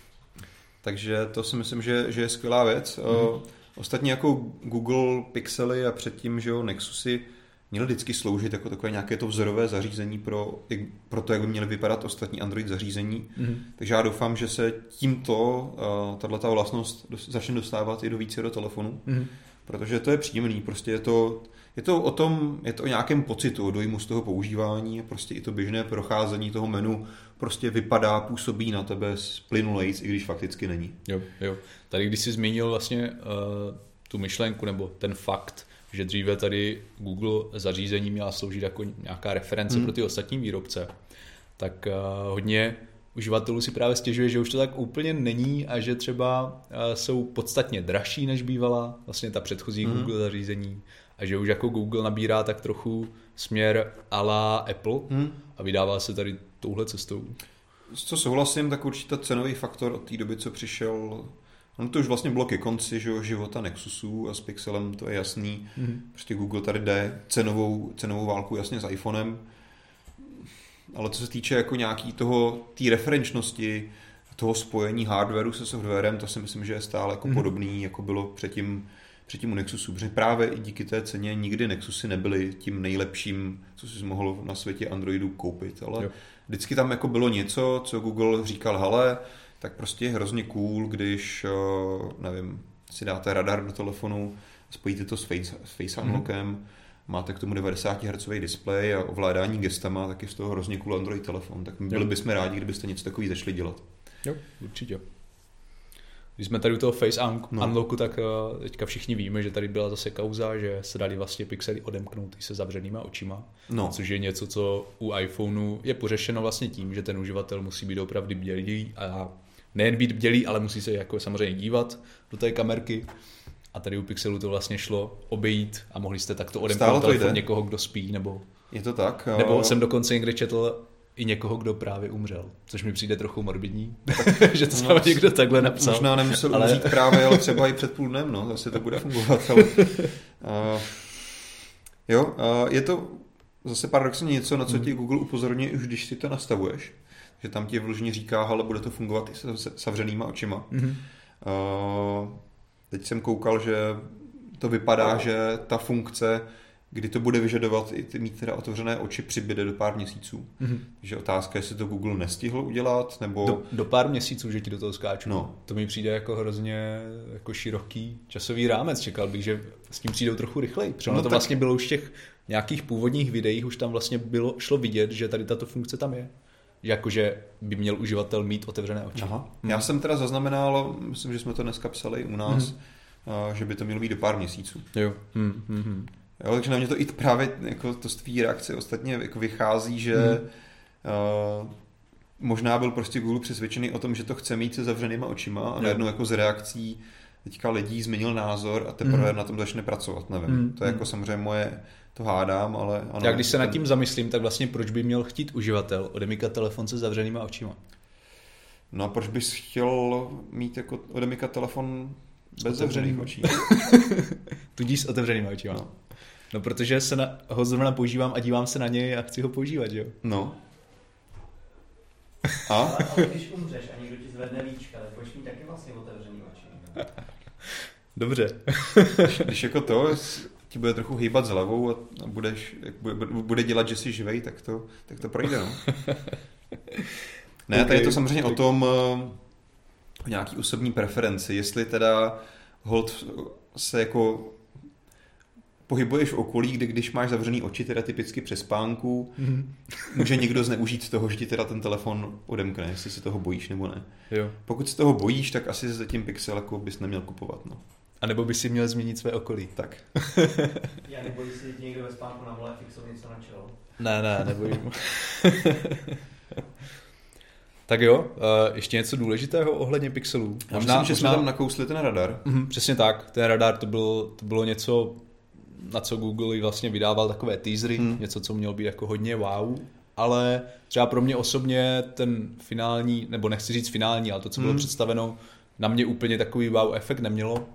Takže to si myslím, že, že je skvělá věc. Hmm. Ostatně jako Google Pixely a předtím, že jo, Nexusy měly vždycky sloužit jako takové nějaké to vzorové zařízení pro, pro to, jak by měly vypadat ostatní Android zařízení. Hmm. Takže já doufám, že se tímto tato vlastnost začne dostávat i do více do telefonu. Hmm. Protože to je příjemný, prostě je to, je to o tom, je to o nějakém pocitu, o dojmu z toho používání, prostě i to běžné procházení toho menu prostě vypadá, působí na tebe plynulejc, i když fakticky není. Jo, jo. Tady když jsi zmínil vlastně uh, tu myšlenku nebo ten fakt, že dříve tady Google zařízení měla sloužit jako nějaká reference hmm. pro ty ostatní výrobce, tak uh, hodně uživatelů si právě stěžuje, že už to tak úplně není a že třeba jsou podstatně dražší než bývala vlastně ta předchozí mm. Google zařízení a že už jako Google nabírá tak trochu směr a la Apple mm. a vydává se tady touhle cestou. S co souhlasím, tak určitě cenový faktor od té doby, co přišel, no to už vlastně bylo ke konci, že života Nexusů a s Pixelem, to je jasný. Mm. Prostě Google tady jde cenovou, cenovou válku jasně s iPhonem. Ale co se týče jako nějaký toho, té referenčnosti, toho spojení hardwareu se softwarem, to si myslím, že je stále jako mm. podobný, jako bylo předtím, předtím u Nexusu. Protože právě i díky té ceně nikdy Nexusy nebyly tím nejlepším, co si mohl na světě Androidu koupit. Ale jo. vždycky tam jako bylo něco, co Google říkal, hele, tak prostě je hrozně cool, když, nevím, si dáte radar do telefonu, spojíte to s Face, s face Unlockem, mm. máte k tomu devadesát hertzový displej a ovládání gestama, tak je z toho hrozně cool Android telefon. Tak byli bychom rádi, kdybyste něco takový začali dělat. Jo, určitě. Když jsme tady u toho Face Unlocku, no. tak teďka všichni víme, že tady byla zase kauza, že se dali vlastně pixely odemknout i se zavřenýma očima, no. což je něco, co u iPhoneu je pořešeno vlastně tím, že ten uživatel musí být opravdu bdělý a nejen být bdělý, ale musí se jako samozřejmě dívat do té kamerky. A tady u Pixelu to vlastně šlo obejít a mohli jste takto odemknout telefon někoho, kdo spí, nebo... Je to tak? Jo. Nebo jsem dokonce někde četl i někoho, kdo právě umřel, což mi přijde trochu morbidní, že to no, někdo takhle napsal. Možná nemusel ale... umřít právě, ale třeba i před půl dnem, no, zase to bude fungovat. Ale... Uh, jo, uh, je to zase paradoxně něco, na co ti Google upozorňuje, už když si to nastavuješ, že tam ti vložně říká, ale bude to fungovat i se zavřenýma očima. Mm-hmm. Uh, Teď jsem koukal, že to vypadá, že ta funkce, kdy to bude vyžadovat i mít teda otevřené oči, přibyde do pár měsíců. Mm-hmm. Takže otázka, jestli to Google nestihl udělat, nebo... Do, do pár měsíců, že ti do toho skáču. No. To mi přijde jako hrozně jako široký časový rámec. Čekal bych, že s tím přijdou trochu rychleji. Protože no to tak... vlastně bylo už v těch nějakých původních videích, už tam vlastně bylo, šlo vidět, že tady tato funkce tam je. Jakože by měl uživatel mít otevřené oči. Aha. Hmm. Já jsem teda zaznamenal, myslím, že jsme to dneska psali u nás, hmm. že by to mělo být do pár měsíců. Jo. Hmm. Hmm. Jo, takže na mě to i právě jako to z tvý reakce ostatně jako vychází, že hmm. uh, možná byl prostě Google přesvědčený o tom, že to chce mít se zavřenýma očima a najednou jako z reakcí teďka lidí změnil názor a teprve hmm. na tom začne pracovat, nevím. Hmm. To je jako samozřejmě moje, to hádám, ale ano. Já když se ten... nad tím zamyslím, tak vlastně proč by měl chtít uživatel odemykat telefon se zavřenýma očima? No a proč bys chtěl mít jako odemykat telefon bez zavřených očí? Tudíž s otevřenýma očima. No. No, protože se na, ho zrovna používám a dívám se na něj a chci ho používat, jo? No. A? Ale, ale když umřeš a někdo ti zvedne víčka, tak budeš mít taky vlastně otevřený oči. Dobře. když, když jako to ti bude trochu hýbat zhlavou a budeš, bude, bude dělat, že jsi živej, tak to, tak to projde, no. Ne, okay, tady je to samozřejmě okay. o tom, o nějaký osobní preferenci, jestli teda hold se jako pohybuješ v okolí, kde když máš zavřený oči, teda typicky přes spánku, mm-hmm. může někdo zneužít toho, že ti teda ten telefon odemkne, jestli se toho bojíš nebo ne. Jo. Pokud se toho bojíš, tak asi za tím Pixel jako bys neměl kupovat. No. A nebo bys si měl změnit své okolí. Tak. Já nebojím si, že někdo ve spánku na vole fixou něco na čelo. Ne, ne, nebojím. Tak jo, uh, ještě něco důležitého ohledně Pixelů. Já možná, myslím, že možná... jsme tam nakousli ten radar. Mm, přesně tak, ten radar to, byl, to bylo něco, na co Google vlastně vydával takové teasery, hmm. něco, co mělo být jako hodně wow, ale třeba pro mě osobně ten finální, nebo nechci říct finální, ale to, co bylo hmm. představeno, na mě úplně takový wow efekt nemělo.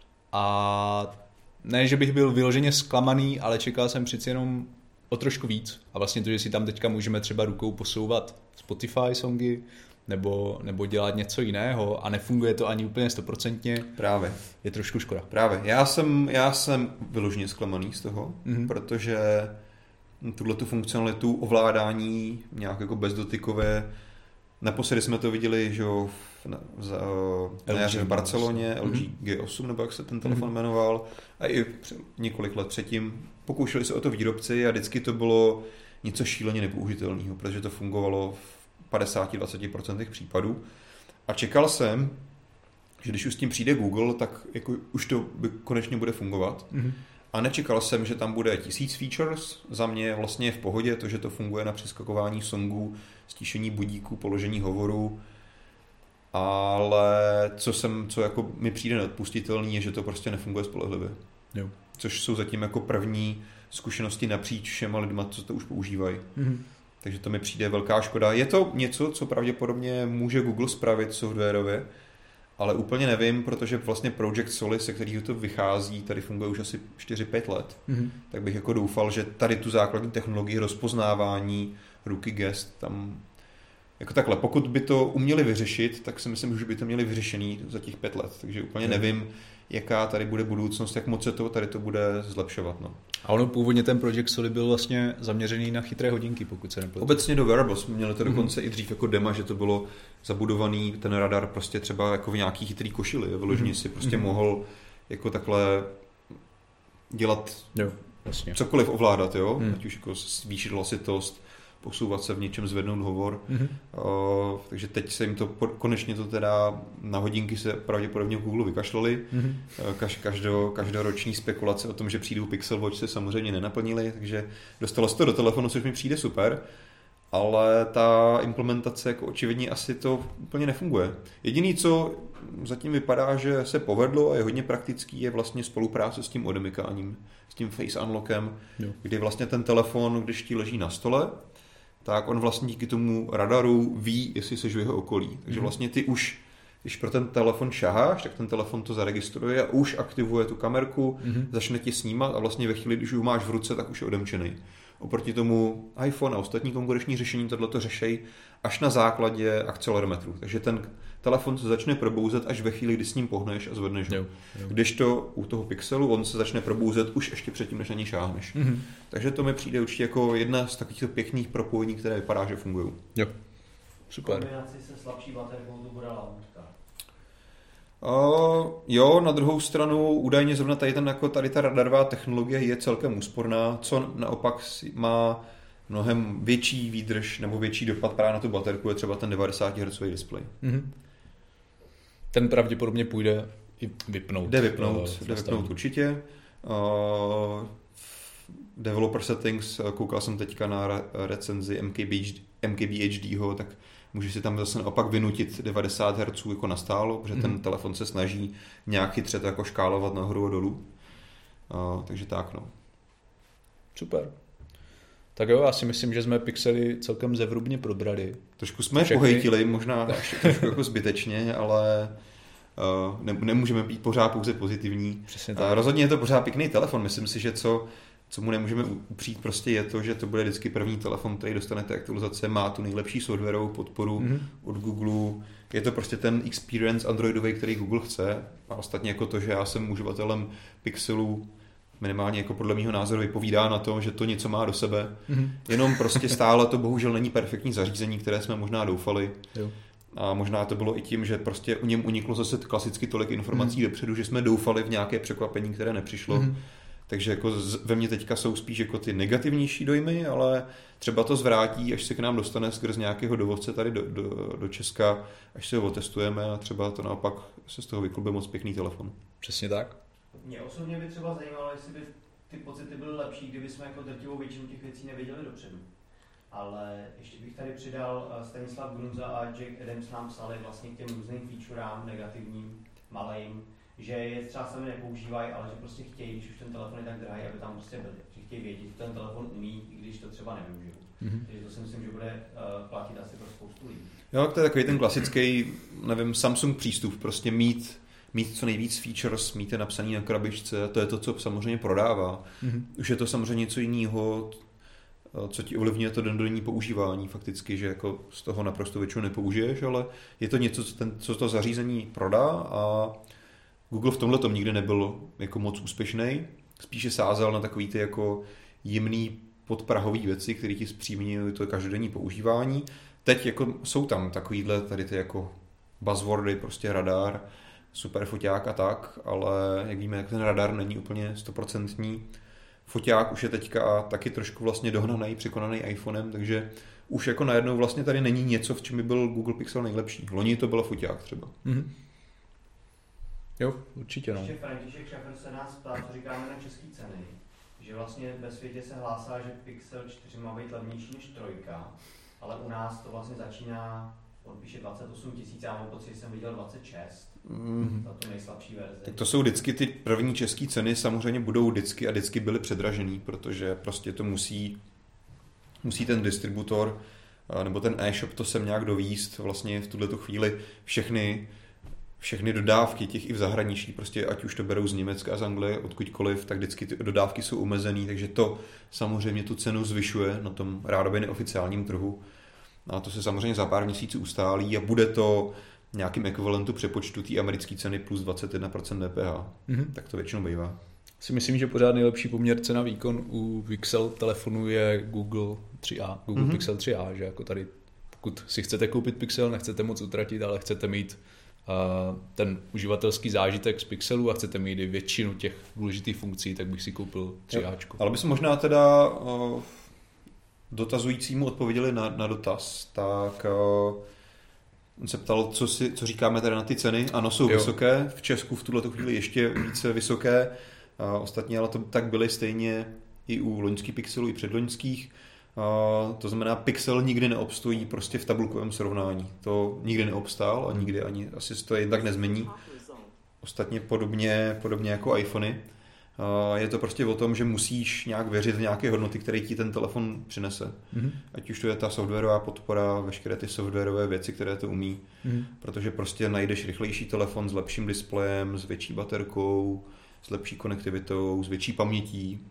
A ne, že bych byl vyloženě zklamaný, ale čekal jsem přeci jenom o trošku víc. A vlastně to, že si tam teďka můžeme třeba rukou posouvat Spotify songy, nebo, nebo dělat něco jiného a nefunguje to ani úplně stoprocentně. Právě. Je trošku škoda. Právě. Já jsem, já jsem vyloženě zklamaný z toho, mm-hmm. protože tuhletu funkcionalitu ovládání nějak jako bezdotykové, naposledy jsme to viděli, že jo, v, v, v Barceloně, L G mm-hmm. G osm, nebo jak se ten telefon mm-hmm. jmenoval, a i několik let předtím pokoušeli se o to výrobci a vždycky to bylo něco šíleně nepoužitelného, protože to fungovalo v padesát až dvacet procent případů. A čekal jsem, že když už s tím přijde Google, tak jako už to by konečně bude fungovat. Mm-hmm. A nečekal jsem, že tam bude tisíc features. Za mě vlastně je v pohodě to, že to funguje na přeskakování songů, stíšení budíků, položení hovoru. Ale co, jsem, co jako mi přijde neodpustitelný, je, že to prostě nefunguje spolehlivě. Jo. Což jsou zatím jako první zkušenosti napříč všema lidma, co to už používají. Mm-hmm. Takže to mi přijde velká škoda. Je to něco, co pravděpodobně může Google spravit softwarově, ale úplně nevím, protože vlastně Project Soli, se kterého to vychází, tady funguje už asi čtyři pět let, mm-hmm. tak bych jako doufal, že tady tu základní technologii rozpoznávání ruky gest tam jako takhle, pokud by to uměli vyřešit, tak si myslím, že by to měli vyřešený za těch pět let, takže úplně nevím, jaká tady bude budoucnost, jak moc se to tady to bude zlepšovat. No. A ono původně ten Project Soli byl vlastně zaměřený na chytré hodinky, pokud se nepletu. Obecně do wearables, jsme měli to dokonce mm-hmm. i dřív jako dema, že to bylo zabudovaný ten radar prostě třeba jako v nějaký chytrý košili, vyloženě mm-hmm. si prostě mm-hmm. mohl jako takhle dělat jo, vlastně. Cokoliv ovládat, jo, mm. ať už jako zvýšit hlasitost, posouvat se v něčem, zvednout hovor. Mm-hmm. Uh, takže teď se jim to, konečně to teda na hodinky se pravděpodobně v Google vykašlali. Mm-hmm. Uh, kaž, každo, každoroční spekulace o tom, že přijdou Pixel Watch, se samozřejmě nenaplnily, takže dostalo se to do telefonu, což mi přijde super, ale ta implementace jako očividně asi to úplně nefunguje. Jediný, co zatím vypadá, že se povedlo a je hodně praktický, je vlastně spolupráce s tím odemykáním, s tím face unlockem, jo. Kdy vlastně ten telefon, když ti leží na stole, tak on vlastně díky tomu radaru ví, jestli jsi v jeho okolí. Takže vlastně ty už, když pro ten telefon šaháš, tak ten telefon to zaregistruje a už aktivuje tu kamerku, mm-hmm. začne tě snímat a vlastně ve chvíli, když ho máš v ruce, tak už je odemčený. Oproti tomu iPhone a ostatní konkurenční řešení tohleto řešejí až na základě akcelerometru. Takže ten telefon se začne probouzet až ve chvíli, kdy s ním pohneš a zvedneš ho. Kdežto u toho Pixelu on se začne probouzet už ještě předtím, než na něj šáhneš. Mm-hmm. Takže to mi přijde určitě jako jedna z takových pěkných propojení, které vypadá, že fungují. Jo. Super. Kombinaci se slabší baterkou to bude lamutka. Uh, jo, na druhou stranu údajně zrovna tady, ten, jako tady ta radarová technologie je celkem úsporná, co naopak má mnohem větší výdrž nebo větší dopad právě na tu baterku, je třeba ten devadesát hertzový displej. Mm-hmm. Ten pravděpodobně půjde i vypnout. Jde vypnout, jde vypnout určitě. Uh, developer settings, koukal jsem teďka na recenzi M K B H D ho, tak můžeš si tam zase naopak vynutit devadesát hertzů jako nastálo, protože mm-hmm. ten telefon se snaží nějak chytře to jako škálovat nahoru a dolů. Uh, takže tak, no. Super. Tak jo, já si myslím, že jsme Pixely celkem zevrubně probrali. Trošku jsme je pohejtili, možná ještě trošku jako zbytečně, ale uh, ne, nemůžeme být pořád pouze pozitivní. Přesně tak. Uh, rozhodně je to pořád pěkný telefon. Myslím si, že co, co mu nemůžeme upřít prostě je to, že to bude vždycky první telefon, který dostanete aktualizace, má tu nejlepší softwarovou podporu mm-hmm. od Google. Je to prostě ten experience androidový, který Google chce. A ostatně jako to, že já jsem uživatelem Pixelu, minimálně jako podle mýho názoru vypovídá na to, že to něco má do sebe. Mm-hmm. Jenom prostě stále to bohužel není perfektní zařízení, které jsme možná doufali. Jo. A možná to bylo i tím, že prostě u něm uniklo zase klasicky tolik informací mm-hmm. dopředu, že jsme doufali v nějaké překvapení, které nepřišlo. Mm-hmm. Takže jako ve mně teďka jsou spíš jako ty negativnější dojmy, ale třeba to zvrátí, až se k nám dostane skrz nějakého dovozce tady do, do, do Česka, až se ho otestujeme a třeba to naopak se z toho vyklube moc pěkný telefon. Přesně tak. Mě osobně by třeba zajímalo, jestli by ty pocity byly lepší, kdyby jsme jako drtivou většinu těch věcí nevěděli dopředu. Ale ještě bych tady přidal, Stanislav Grunza a Jack Adams nám psali vlastně k těm různým featurám, negativním, malým, že je třeba sami nepoužívají, ale že prostě chtějí, když už ten telefon je tak drahý, aby tam prostě byli. Že chtějí vědět, že ten telefon umí, i když to třeba nevyužijou. Mm-hmm. Takže to si myslím, že bude uh, platit asi pro spoustu lidí. Jo, to je takový ten klasický, nevím, Samsung přístup, prostě mít mít co nejvíc features, mít je napsaný na krabičce, to je to, co samozřejmě prodává. Mm-hmm. Už je to samozřejmě něco jiného, co ti ovlivňuje to dennodenní používání fakticky, že jako z toho naprosto většinou nepoužiješ, ale je to něco, co, ten, co to zařízení prodá a Google v tomhle tom nikdy nebyl jako moc úspěšný, spíše sázel na takový ty jako jemný podprahový věci, které ti zpříjemňují to každodenní používání. Teď jako jsou tam takovýhle tady ty jako buzzwordy, prostě radar, super foťák a tak, ale jak víme, jak ten radar není úplně stoprocentní. Foťák už je teďka taky trošku vlastně dohnaný, překonaný iPhonem, takže už jako najednou vlastně tady není něco, v čem by byl Google Pixel nejlepší. Loni to byl foťák třeba. Mm-hmm. Jo, určitě no. Ještě František Šafr se nás ptá, co říkáme na české ceny. Že vlastně ve světě se hlásá, že Pixel čtyři má být levnější než trojka, ale u nás to vlastně začíná, on píše dvacet osm tisíc, já mám pocit, že jsem viděl dvacet šest. Mm. Za tu nejslabší verzi. Tak to jsou vždycky ty první české ceny, samozřejmě budou vždycky a vždycky byly předražený, protože prostě to musí, musí ten distributor nebo ten e-shop to sem nějak dovíst vlastně v tuhletu chvíli všechny, všechny dodávky těch i v zahraničí, prostě ať už to berou z Německa a z Anglie, odkudkoliv, tak vždycky ty dodávky jsou omezený, takže to samozřejmě tu cenu zvyšuje na tom rádoby neoficiálním trhu. A to se samozřejmě za pár měsíců ustálí a bude to nějakým ekvivalentu přepočtu té americké ceny plus dvacet jedna procent D P H. Mm-hmm. Tak to většinou bývá. Si myslím, že pořád nejlepší poměr cena výkon u Pixel telefonu je Google tři A, Google mm-hmm. Pixel tři A, že jako tady, pokud si chcete koupit Pixel, nechcete moc utratit, ale chcete mít uh, ten uživatelský zážitek z Pixelu a chcete mít i většinu těch důležitých funkcí, tak bych si koupil tři A. Ale by se možná teda uh, dotazujícímu odpověděli na, na dotaz, tak uh, on se ptal, co, si, co říkáme tady na ty ceny. Ano, jsou jo. vysoké, v Česku v tuto chvíli ještě více vysoké, uh, ostatně ale to tak byly stejně i u loňských Pixelů, i předloňských. Uh, to znamená, Pixel nikdy neobstojí prostě v tabulkovém srovnání. To nikdy neobstál a nikdy ani asi to jen tak nezmění. Ostatně podobně, podobně jako iPhony. Uh, je to prostě o tom, že musíš nějak věřit v nějaké hodnoty, které ti ten telefon přinese. Mm-hmm. Ať už to je ta softwarová podpora, veškeré ty softwarové věci, které to umí. Mm-hmm. Protože prostě najdeš rychlejší telefon s lepším displejem, s větší baterkou, s lepší konektivitou, s větší pamětí.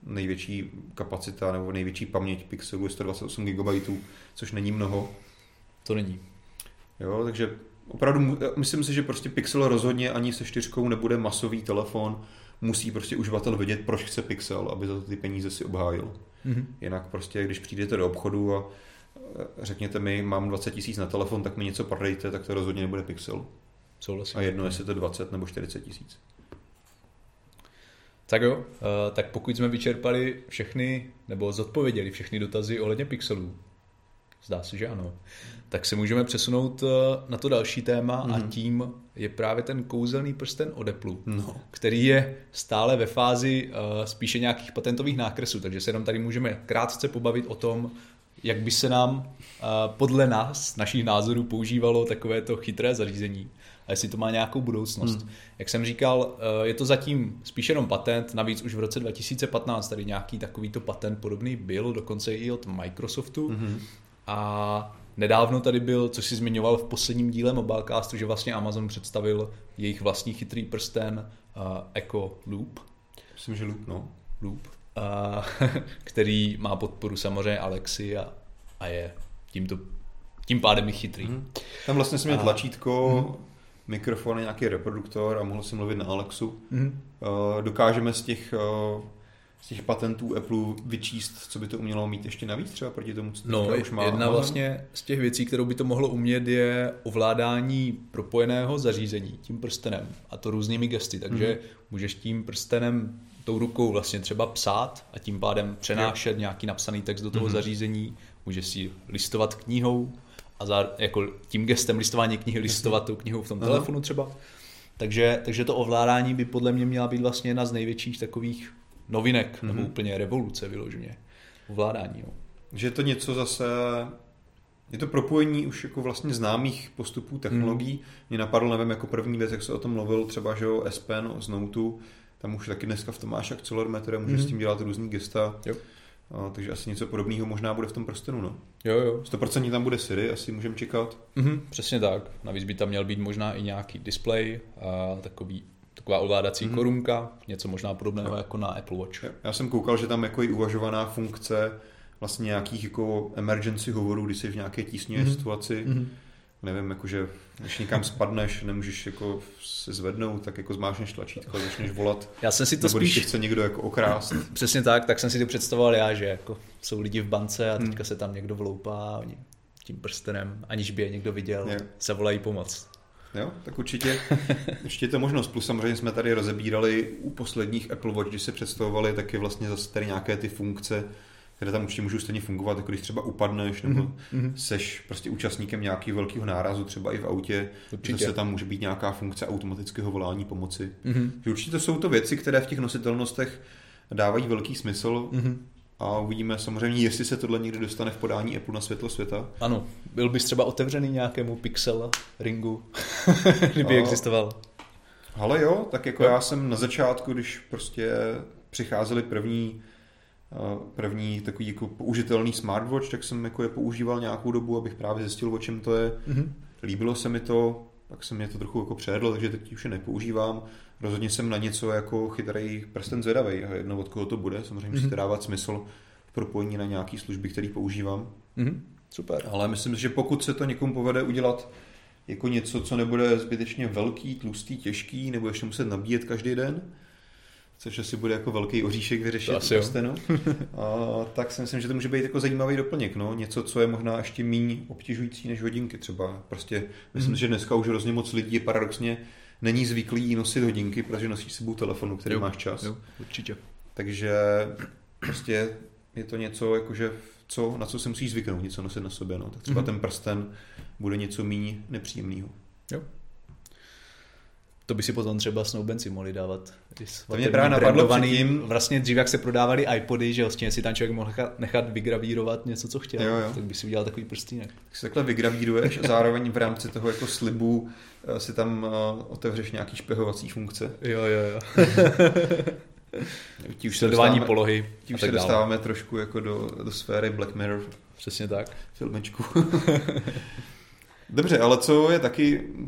největší kapacita nebo největší paměť pixelů je sto dvacet osm gigabajtů, což není mnoho. To není. Jo, takže opravdu myslím si, že prostě Pixel rozhodně ani se čtyřkou nebude masový telefon, musí prostě uživatel vědět, proč chce Pixel, aby za ty peníze si obhájil. Mm-hmm. Jinak prostě, když přijdete do obchodu a řekněte mi, mám dvacet tisíc na telefon, tak mi něco prodejte, tak to rozhodně nebude Pixel. Souhlasím. A jedno, jestli to dvacet nebo čtyřicet tisíc. Tak jo, tak pokud jsme vyčerpali všechny, nebo zodpověděli všechny dotazy ohledně Pixelů, zdá se, že ano, tak se můžeme přesunout na to další téma mm-hmm. a tím je právě ten kouzelný prsten od Apple, no. který je stále ve fázi uh, spíše nějakých patentových nákresů, takže se jenom tady můžeme krátce pobavit o tom, jak by se nám uh, podle nás, našich názorů, používalo takovéto chytré zařízení a jestli to má nějakou budoucnost. Hmm. Jak jsem říkal, uh, je to zatím spíše jenom patent, navíc už v roce dva tisíce patnáct tady nějaký takovýto patent podobný byl, dokonce i od Microsoftu. Hmm. A nedávno tady byl, co si zmiňoval v posledním díle Mobilecastu, že vlastně Amazon představil jejich vlastní chytrý prsten uh, Echo Loop. Myslím, že Loop, no. Loop. Uh, který má podporu samozřejmě Alexy a, a je tímto, tím pádem i chytrý. Mm. Tam vlastně jsem měl tlačítko, mm. mikrofon, nějaký reproduktor a mohl jsem mluvit na Alexu. Mm. Uh, dokážeme z těch, uh, z těch patentů Apple vyčíst, co by to umělo mít ještě navíc třeba proti tomu, co no, už má. Jedna vlastně z těch věcí, kterou by to mohlo umět, je ovládání propojeného zařízení tím prstenem a to různými gesty, takže mm. můžeš tím prstenem tou rukou vlastně třeba psát a tím pádem přenášet jo. nějaký napsaný text do toho mm-hmm. zařízení, můžeš si listovat knihou a za, jako tím gestem listování knihy listovat tou knihou v tom Aha. telefonu třeba. Takže, takže to ovládání by podle mě měla být vlastně jedna z největších takových novinek, mm-hmm. nebo úplně revoluce vyloženě. Ovládání. No. Že je to něco zase, je to propojení už jako vlastně známých postupů technologií. Mm. Mě napadlo, nevím, jako první věc, jak se o tom mluvil, třeba že o S Pen z Noteu, tam už taky dneska v tom máš akcelerometr a můžeš mm. s tím dělat různý gesta. Jo. A, takže asi něco podobného možná bude v tom prstenu. No. Jo, jo. sto procent tam bude Siri, asi můžeme čekat. Mm-hmm, přesně tak. Navíc by tam měl být možná i nějaký display a takový, taková ovládací mm-hmm. korunka, něco možná podobného no. jako na Apple Watch. Jo. Já jsem koukal, že tam jako i uvažovaná funkce vlastně nějakých jako emergency hovorů, když jsi v nějaké tísnivé mm-hmm. situaci. Mm-hmm. Nevím, jakože když někam spadneš, nemůžeš jako se zvednout, tak jako zmášneš tlačítko, začneš volat. Já jsem si to nebo spíš... když chce někdo jako okrást. Přesně tak, tak jsem si to představoval já, že jako jsou lidi v bance a teďka hmm. se tam někdo vloupá a oni tím prstenem, aniž by je někdo viděl, je. se volají pomoc. Jo, tak určitě, určitě to možnost. Plus samozřejmě jsme tady rozebírali u posledních Apple Watch, když se představovali, taky vlastně zase tady nějaké ty funkce, které tam určitě můžou stejně fungovat, jako když třeba upadneš nebo mm-hmm. seš prostě účastníkem nějakého velkého nárazu, třeba i v autě, zase tam může být nějaká funkce automatického volání pomoci. Mm-hmm. Určitě jsou to věci, které v těch nositelnostech dávají velký smysl mm-hmm. a uvidíme samozřejmě, jestli se tohle někdy dostane v podání Apple na světlo světa. Ano, byl bys třeba otevřený nějakému Pixel ringu, kdyby a... existoval. Ale jo, tak jako no. já jsem na začátku, když prostě přicházely první první takový jako použitelný smartwatch, tak jsem jako je používal nějakou dobu, abych právě zjistil, o čem to je. Mm-hmm. Líbilo se mi to, pak se mě to trochu jako přejedlo, takže teď už je nepoužívám. Rozhodně jsem na něco jako chytrý prsten zvědavej a jedno od koho to bude. Samozřejmě mm-hmm. musí to dávat smysl v propojení na nějaký služby, který používám. Mm-hmm. Super. Ale myslím, že pokud se to někomu povede udělat jako něco, co nebude zbytečně velký, tlustý, těžký, nebo ještě muset nabíjet každý den, což asi bude jako velký oříšek vyřešit v prstenu, a tak si myslím, že to může být jako zajímavý doplněk, no? Něco, co je možná ještě méně obtěžující než hodinky třeba. Prostě myslím, mm. že dneska už hrozně moc lidí paradoxně není zvyklý nosit hodinky, protože nosíš s sebou telefonu, který jo, máš čas. Jo, určitě. Takže prostě je to něco, jakože co, na co se musíš zvyknout, něco nosit na sobě. No? Tak třeba mm. ten prsten bude něco méně nepříjemného. Jo. To by si potom třeba snoubenci mohli dávat. To mě právě napadlo předtím. Vlastně dřív, jak se prodávali iPody, že vlastně si tam člověk mohl nechat vygravírovat něco, co chtěl, jo, jo. tak by si udělal takový prstýnek. Tak si takhle vygravíruješ a zároveň v rámci toho jako slibu si tam otevřeš nějaký špehovací funkce. Jo, jo, jo. Už sledování polohy. Tím se dostáváme trošku jako do, do sféry Black Mirror. Přesně tak. Filmečku. Dobře, ale co je taky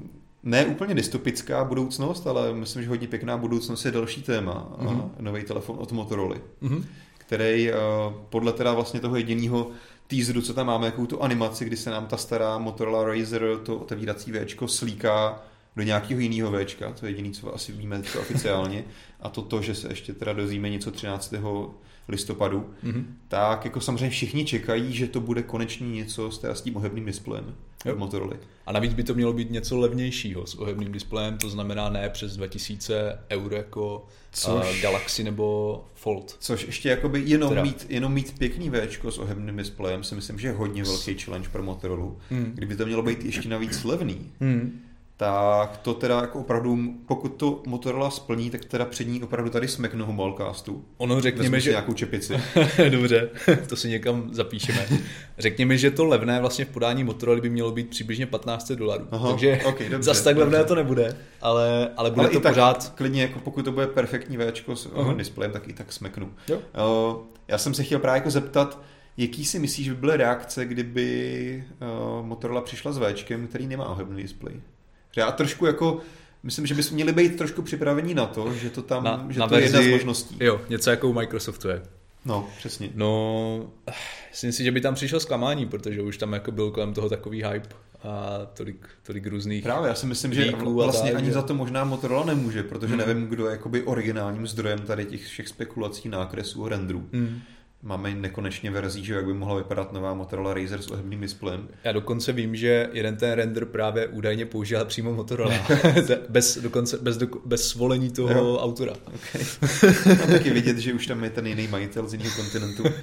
ne úplně dystopická budoucnost, ale myslím, že hodně pěkná budoucnost je další téma. Mm-hmm. Nový telefon od Motorola, mm-hmm. který podle teda vlastně toho jediného teaseru, co tam máme, jakou tu animaci, kdy se nám ta stará Motorola Razr, to otevírací véčko slíká do nějakého jiného véčka, to je jediné, co asi víme teďka oficiálně, a to to, že se ještě teda dozvíme něco třináctého listopadu, mm-hmm. tak jako samozřejmě všichni čekají, že to bude konečně něco s, teda s tím ohebným displejem od Motorola. A navíc by to mělo být něco levnějšího s ohebným displejem, to znamená ne přes dva tisíce eur jako což, uh, Galaxy nebo Fold. Což ještě jakoby jenom mít, jenom mít pěkný véčko s ohebným displejem si myslím, že je hodně velký challenge pro Motorola. Mm. Kdyby to mělo být ještě navíc levný, mm. tak to teda jako opravdu, pokud to Motorola splní, tak teda před ní opravdu tady smeknu Humalcastu. Ono řekněme, že... nějakou čepici. Dobře, to si někam zapíšeme. Řekněme, že to levné vlastně v podání Motorola by mělo být přibližně patnáct set dolarů. Aha, takže okay, dobře, zas tak levné to nebude, ale, ale bude ale to tak pořád... klidně, jako pokud to bude perfektní véčko s uh-huh. displejem, tak i tak smeknu. Jo. Uh, já jsem se chtěl právě jako zeptat, jaký si myslíš, že by byly reakce, kdyby uh, Motorola přišla s véčkem, který nemá ohebný displej? Já trošku jako, myslím, že bychom měli být trošku připravení na to, že to tam, na, že na to verzi, je jedna z možností. Jo, něco jako u Microsoftu je. No, přesně. No, myslím si, že by tam přišlo zklamání, protože už tam jako byl kolem toho takový hype a tolik, tolik různých. Právě, já si myslím, že vlastně tak, ani za to možná Motorola nemůže, protože hmm. nevím, kdo je jakoby originálním zdrojem tady těch všech spekulací, nákresů, renderů. Hmm. Máme nekonečně verzí, že jak by mohla vypadat nová Motorola Razr s ohebným displejem. Já dokonce vím, že jeden ten render právě údajně použila přímo Motorola. bez, dokonce, bez, do, bez svolení toho jo. autora. Okay. A taky vidět, že už tam je ten jiný majitel z jiného kontinentu. Uh,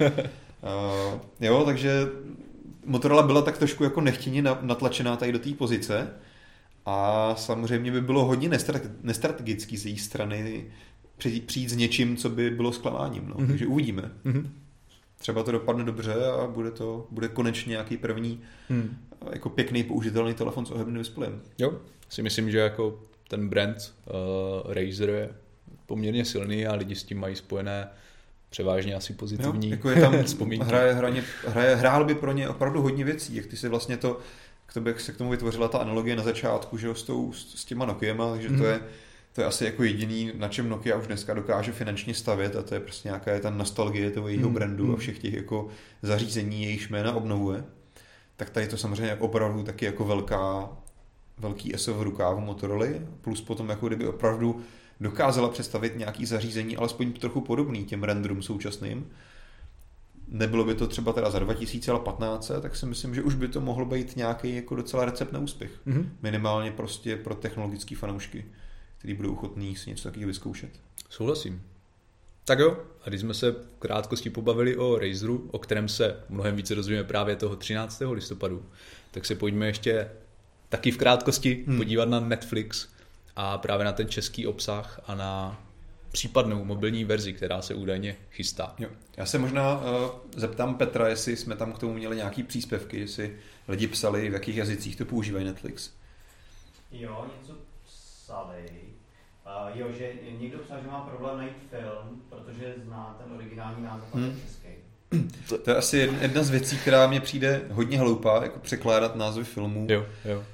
jo, takže Motorola byla tak trošku jako nechtěně natlačená tady do té pozice a samozřejmě by bylo hodně nestrategický z její strany přijít s něčím, co by bylo zklamáním. No. Mm-hmm. Takže uvidíme. Mm-hmm. Třeba to dopadne dobře a bude to bude konečně nějaký první mm. jako pěkný použitelný telefon s ohebným displejem. Jo, si myslím, že jako ten brand uh, Razer je poměrně silný a lidi s tím mají spojené převážně asi pozitivní jo, jako je tam vzpomínky. Hraje, hraně, hraje, hrál by pro ně opravdu hodně věcí, jak ty si vlastně to, k tobě se k tomu vytvořila ta analogie na začátku, že jo, s, tou, s těma Nokiama, takže mm. to je To je asi jako jediný, na čem Nokia už dneska dokáže finančně stavět, a to je prostě nějaká ta nostalgie toho jejího mm. brandu a všech těch jako zařízení, jejíž jména obnovuje. Tak tady to samozřejmě opravdu taky jako velká, velký eso v rukávu Motorola, plus potom jako kdyby opravdu dokázala představit nějaký zařízení, alespoň trochu podobný těm renderům současným. Nebylo by to třeba teda za dva tisíce patnáct, tak si myslím, že už by to mohlo být nějaký jako docela recept na úspěch. Mm. Minimálně prostě pro technologické fanoušky, který budou ochotný si něco takového vyzkoušet. Souhlasím. Tak jo, a když jsme se v krátkosti pobavili o Razeru, o kterém se mnohem více dozvíme právě toho třináctého listopadu, tak se pojďme ještě taky v krátkosti hmm. podívat na Netflix a právě na ten český obsah a na případnou mobilní verzi, která se údajně chystá. Jo. Já se možná uh, zeptám Petra, jestli jsme tam k tomu měli nějaký příspěvky, jestli lidi psali, v jakých jazycích to používají Netflix. Jo, něco psali. Uh, jo, že někdo psal, že má problém najít film, protože zná ten originální název, ale hmm. český. To, to je asi jedna z věcí, která mě přijde hodně hloupá, jako překládat názvy filmů. Jo, jo.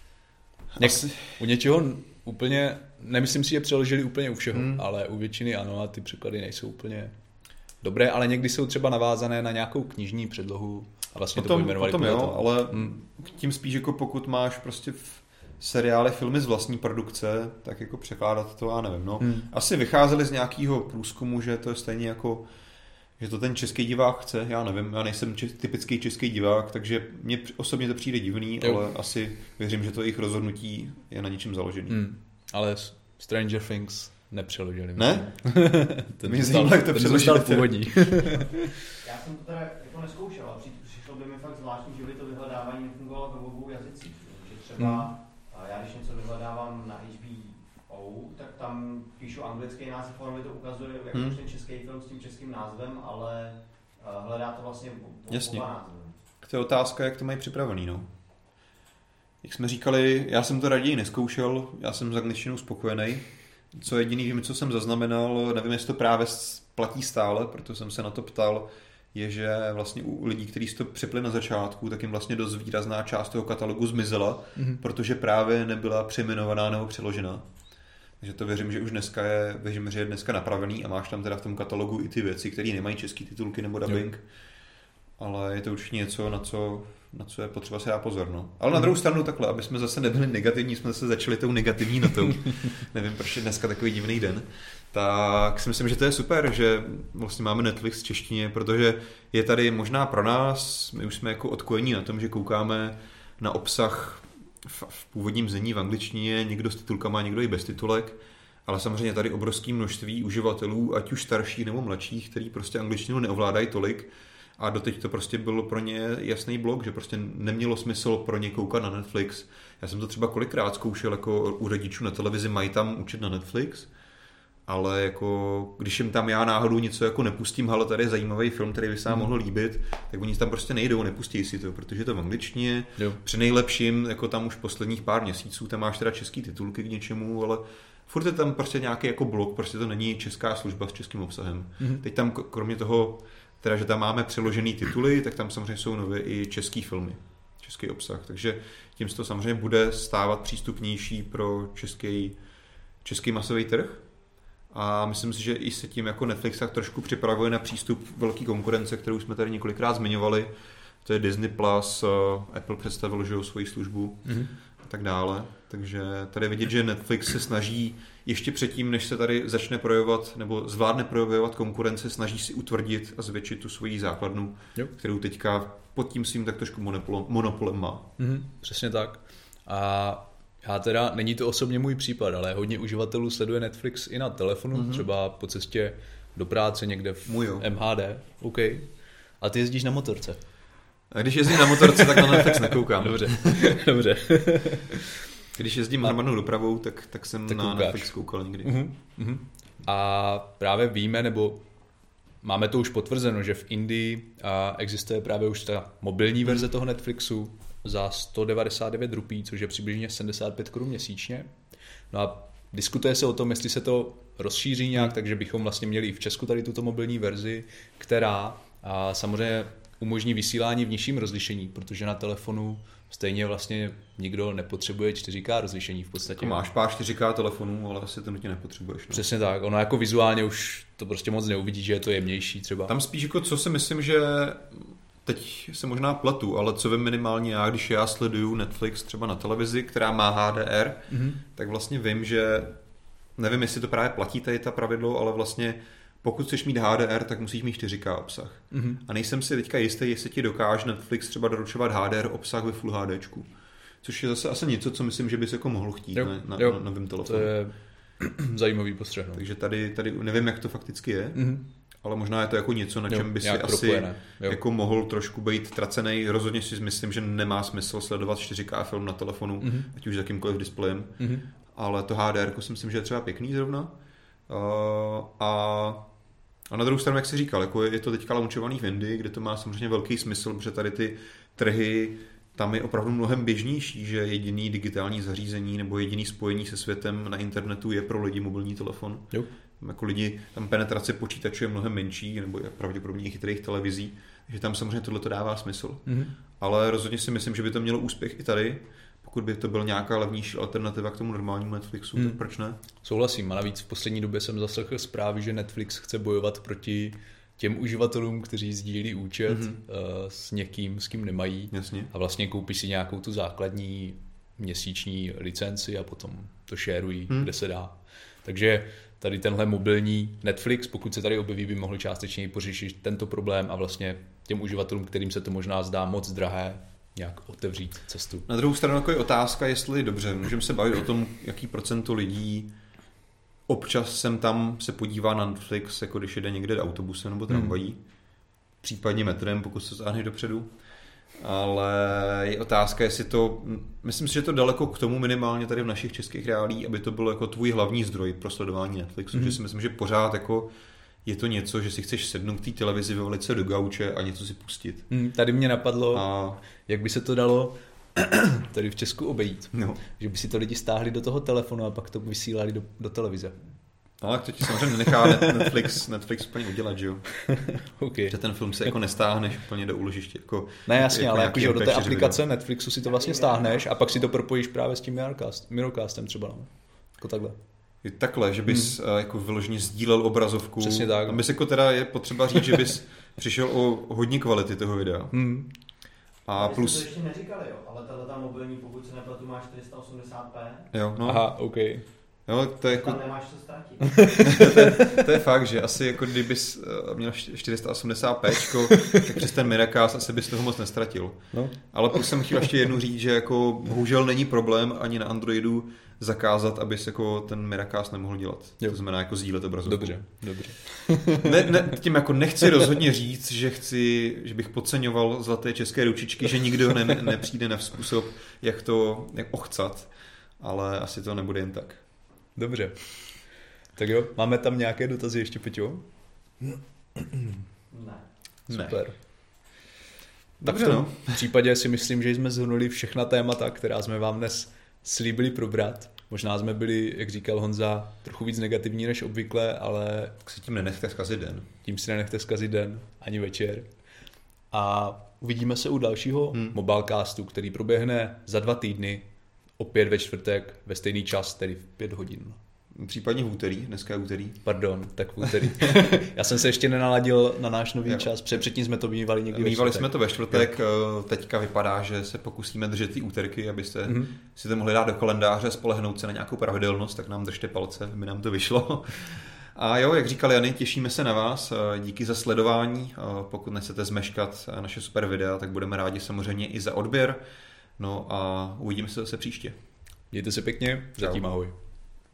Asi... U něčeho úplně, nemyslím si, že přeložili úplně u všeho, hmm. ale u většiny ano a ty překlady nejsou úplně dobré, ale někdy jsou třeba navázané na nějakou knižní předlohu a vlastně potom, to pojmenovali. Potom jo, tomu. Ale hmm. tím spíš jako pokud máš prostě v seriály, filmy z vlastní produkce, tak jako překládat to, já nevím. No. Hmm. Asi vycházeli z nějakého průzkumu, že to je stejně jako, že to ten český divák chce, já nevím, já nejsem či, typický český divák, takže mně osobně to přijde divný, jo. Ale asi věřím, že to jejich rozhodnutí je na něčem založený. Hmm. Ale Stranger Things nepřeložili. Ne? ten Mě zůstal, jak to přeložili původní. Já jsem to teda jako neskoušel a přišlo by mi fakt zvláštní, že by to vyhledávání nefungovalo ve obou jazycích. Že třeba hmm. já když něco vyhledávám na H B O, tak tam píšu anglický název, ono mi to ukazuje jako hmm. ten český film s tím českým názvem, ale hledá to vlastně oba názvy. To je otázka, jak to mají připravený, no. Jak jsme říkali, já jsem to raději neskoušel, já jsem s angličtinou spokojený. Co jediný, co jsem zaznamenal, nevím, jestli to právě platí stále, proto jsem se na to ptal, je, že vlastně u lidí, kteří si to přepli na začátku, tak jim vlastně dost výrazná část toho katalogu zmizela, mm-hmm. protože právě nebyla přejmenovaná nebo přeložena. Takže to věřím, že už dneska je, věřím, že je dneska napravený a máš tam teda v tom katalogu i ty věci, které nemají český titulky nebo dubbing. Jo. Ale je to určitě něco, na co, na co je potřeba se dát pozor. No. Ale mm. na druhou stranu takhle, aby jsme zase nebyli negativní, jsme zase začali tou negativní notou. Nevím, proč je dneska takový divný den. Tak si myslím, že to je super, že vlastně máme Netflix v češtině, protože je tady možná pro nás, my už jsme jako odkojení na tom, že koukáme na obsah v, v původním znění v angličtině, někdo s titulkama, někdo i bez titulek, ale samozřejmě tady obrovské množství uživatelů, ať už starších nebo mladších, který prostě angličtinu neovládají tolik, a doteď to prostě bylo pro ně jasný blok, že prostě nemělo smysl pro ně koukat na Netflix. Já jsem to třeba kolikrát zkoušel jako u rodičů na televizi, mají tam učit na Netflix, ale jako když jim tam já náhodou něco jako nepustím, ale tady je zajímavý film, který by se nám mohl líbit, tak oni tam prostě nejdou, nepustí si to, protože je to v angličtině. Jo. Při nejlepším, jako tam už posledních pár měsíců, tam máš teda český titulky k něčemu, ale furt je tam prostě nějaký jako blok, prostě to není česká služba s českým obsahem. Mm-hmm. Teď tam kromě toho, teda, že tam máme přeložený tituly, tak tam samozřejmě jsou nové i český filmy, český obsah. Takže tím se to samozřejmě bude stávat přístupnější pro český, český masový trh. A myslím si, že i se tím jako Netflix tak trošku připravuje na přístup velký konkurence, kterou jsme tady několikrát zmiňovali. To je Disney plus, Apple představil, že jo, svoji službu mm-hmm. a tak dále. Takže tady vidět, že Netflix se snaží ještě předtím, než se tady začne projevovat nebo zvládne projevovat konkurence, snaží si utvrdit a zvětšit tu svoji základnu, jo. kterou teďka pod tím svým tak trošku monopolem, monopolem má. Mm-hmm, přesně tak. A já teda, není to osobně můj případ, ale hodně uživatelů sleduje Netflix i na telefonu, mm-hmm. třeba po cestě do práce někde v M H D. OK. A ty jezdíš na motorce. A když jezdím na motorce, tak na Netflix nekoukám. Dobře, dobře. Když jezdím hromadnou dopravou, tak, tak jsem tak na koukáš. Netflix koukal někdy. Uh-huh, uh-huh. A právě víme, nebo máme to už potvrzeno, že v Indii existuje právě už ta mobilní verze toho Netflixu za sto devadesát devět rupí, což je přibližně sedmdesát pět korun měsíčně. No a diskutuje se o tom, jestli se to rozšíří nějak, takže bychom vlastně měli i v Česku tady tuto mobilní verzi, která a samozřejmě umožní vysílání v nižším rozlišení, protože na telefonu stejně vlastně nikdo nepotřebuje čtyři ká rozlišení v podstatě. Máš pár čtyři ká telefonů, ale asi to nutně nepotřebuješ. No. Přesně tak. Ono jako vizuálně už to prostě moc neuvidí, že je to jemnější třeba. Tam spíš jako co si myslím, že teď se možná pletu, ale co vím minimálně já, když já sleduju Netflix třeba na televizi, která má H D R, mm-hmm. tak vlastně vím, že nevím, jestli to právě platí tady ta pravidlo, ale vlastně pokud chceš mít H D R, tak musíš mít čtyři ká obsah. Mm-hmm. A nejsem si teďka jistý, jestli ti dokáže Netflix třeba doručovat H D R obsah ve Full HDčku. Což je zase asi něco, co myslím, že bys jako mohl chtít jo, ne? na, jo, na novém telefonu. To je zajímavý postřeh. No. Takže tady, tady nevím, jak to fakticky je, mm-hmm. ale možná je to jako něco, na čem by si asi jako mohl trošku být tracený. Rozhodně si myslím, že nemá smysl sledovat čtyři ká film na telefonu, mm-hmm. ať už s jakýmkoliv displejem. Mm-hmm. Ale to H D R si myslím, že je třeba pěkný zrovna. Uh, a A na druhou stranu, jak jsi říkal, jako je to teďka launchovaný v Indii, kde to má samozřejmě velký smysl, protože tady ty trhy, tam je opravdu mnohem běžnější, že jediný digitální zařízení nebo jediný spojení se světem na internetu je pro lidi mobilní telefon. Jo. Jako lidi, tam penetrace počítačů je mnohem menší, nebo je pravděpodobně i chytrých televizí, takže tam samozřejmě tohle to dává smysl. Mm-hmm. Ale rozhodně si myslím, že by to mělo úspěch i tady. Pokud by to byl nějaká levnější alternativa k tomu normálnímu Netflixu, hmm. tak proč ne? Souhlasím a navíc v poslední době jsem zaslechl zprávy, že Netflix chce bojovat proti těm uživatelům, kteří sdílí účet hmm. uh, s někým, s kým nemají. Jasně. A vlastně koupí si nějakou tu základní měsíční licenci a potom to šérují, hmm. kde se dá. Takže tady tenhle mobilní Netflix, pokud se tady objeví, by mohl částečně pořešit tento problém a vlastně těm uživatelům, kterým se to možná zdá moc drahé, nějak otevřít cestu. Na druhou stranu jako je otázka, jestli dobře, můžeme se bavit o tom, jaký procento lidí občas sem tam se podívá na Netflix, jako když jede někde autobusem nebo tramvají, hmm. případně metrem, pokud se záhne dopředu. Ale je otázka, jestli to, myslím si, že to daleko k tomu minimálně tady v našich českých reálích, aby to bylo jako tvůj hlavní zdroj pro sledování Netflixu, hmm. že si myslím, že pořád jako je to něco, že si chceš sednout k té televizi, vyvolit se do gauče a něco si pustit. Hmm, tady mě napadlo, a... jak by se to dalo tady v Česku obejít. No. Že by si to lidi stáhli do toho telefonu a pak to vysílali do, do televize. No, ale to ti samozřejmě nechá Netflix, Netflix úplně udělat, že jo? Okay. Že ten film se jako nestáhneš úplně do úložiště. Jako, ne, jasně, jako ale jakože do té aplikace video. Netflixu si to vlastně stáhneš a pak si to propojíš právě s tím Mirrorcast, Mirrorcastem třeba. No. Jako takhle. Je takhle, že bys hmm. jako vyloženě sdílel obrazovku. Přesně tak. A bys jako teda je potřeba říct, že bys přišel o hodně kvality toho videa. Hmm. A plus... to ještě neříkali, jo, ale tato mobilní, pokud se nepletu, má čtyři sta osmdesát p. Jo, no. Aha, OK. Jo, to je jako... Tam nemáš co ztratit. to, je, to je fakt, že asi jako kdybys měl čtyři sta osmdesát p, tak přes ten Miracast asi bys toho moc nestratil. No. Ale plus jsem chtěl ještě jednu říct, že jako bohužel není problém ani na Androidu zakázat, abys jako ten Miracast nemohl dělat. Jo. To znamená jako sdílet obrazovku. Dobře, dobře. ne, ne, tím jako nechci rozhodně říct, že chci, že bych podceňoval zlaté české ručičky, že nikdo ne, nepřijde na způsob, jak to jak ochcat, ale asi to nebude jen tak. Dobře. Tak jo, máme tam nějaké dotazy ještě, Peťo? Ne. Super. Ne. Tak v tom no. případě si myslím, že jsme zhrnuli všechna témata, která jsme vám dnes slíbili probrat. Možná jsme byli, jak říkal Honza, trochu víc negativní než obvykle, ale... Tak si tím nenechte zkazit den. Tím si nenechte zkazit den, ani večer. A uvidíme se u dalšího hmm. Mobilecastu, který proběhne za dva týdny, opět ve čtvrtek, ve stejný čas, tedy v pět hodin. Případně v úterý, dneska je úterý. Pardon, tak v úterý. Já jsem se ještě nenaladil na náš nový jo. čas, protože předtím jsme to mývali někdy Mývali jsme to ve čtvrtek, jo. Teďka vypadá, že se pokusíme držet ty úterky, abyste mm-hmm. si to mohli dát do kalendáře, spolehnout se na nějakou pravidelnost, tak nám držte palce, aby nám to vyšlo. A jo, jak říkal Jany, těšíme se na vás, díky za sledování, pokud nechcete zmeškat naše super videa, tak budeme rádi samozřejmě i za odběr. No a uvidíme se zase příště. Mějte se pěkně, zatím ahoj.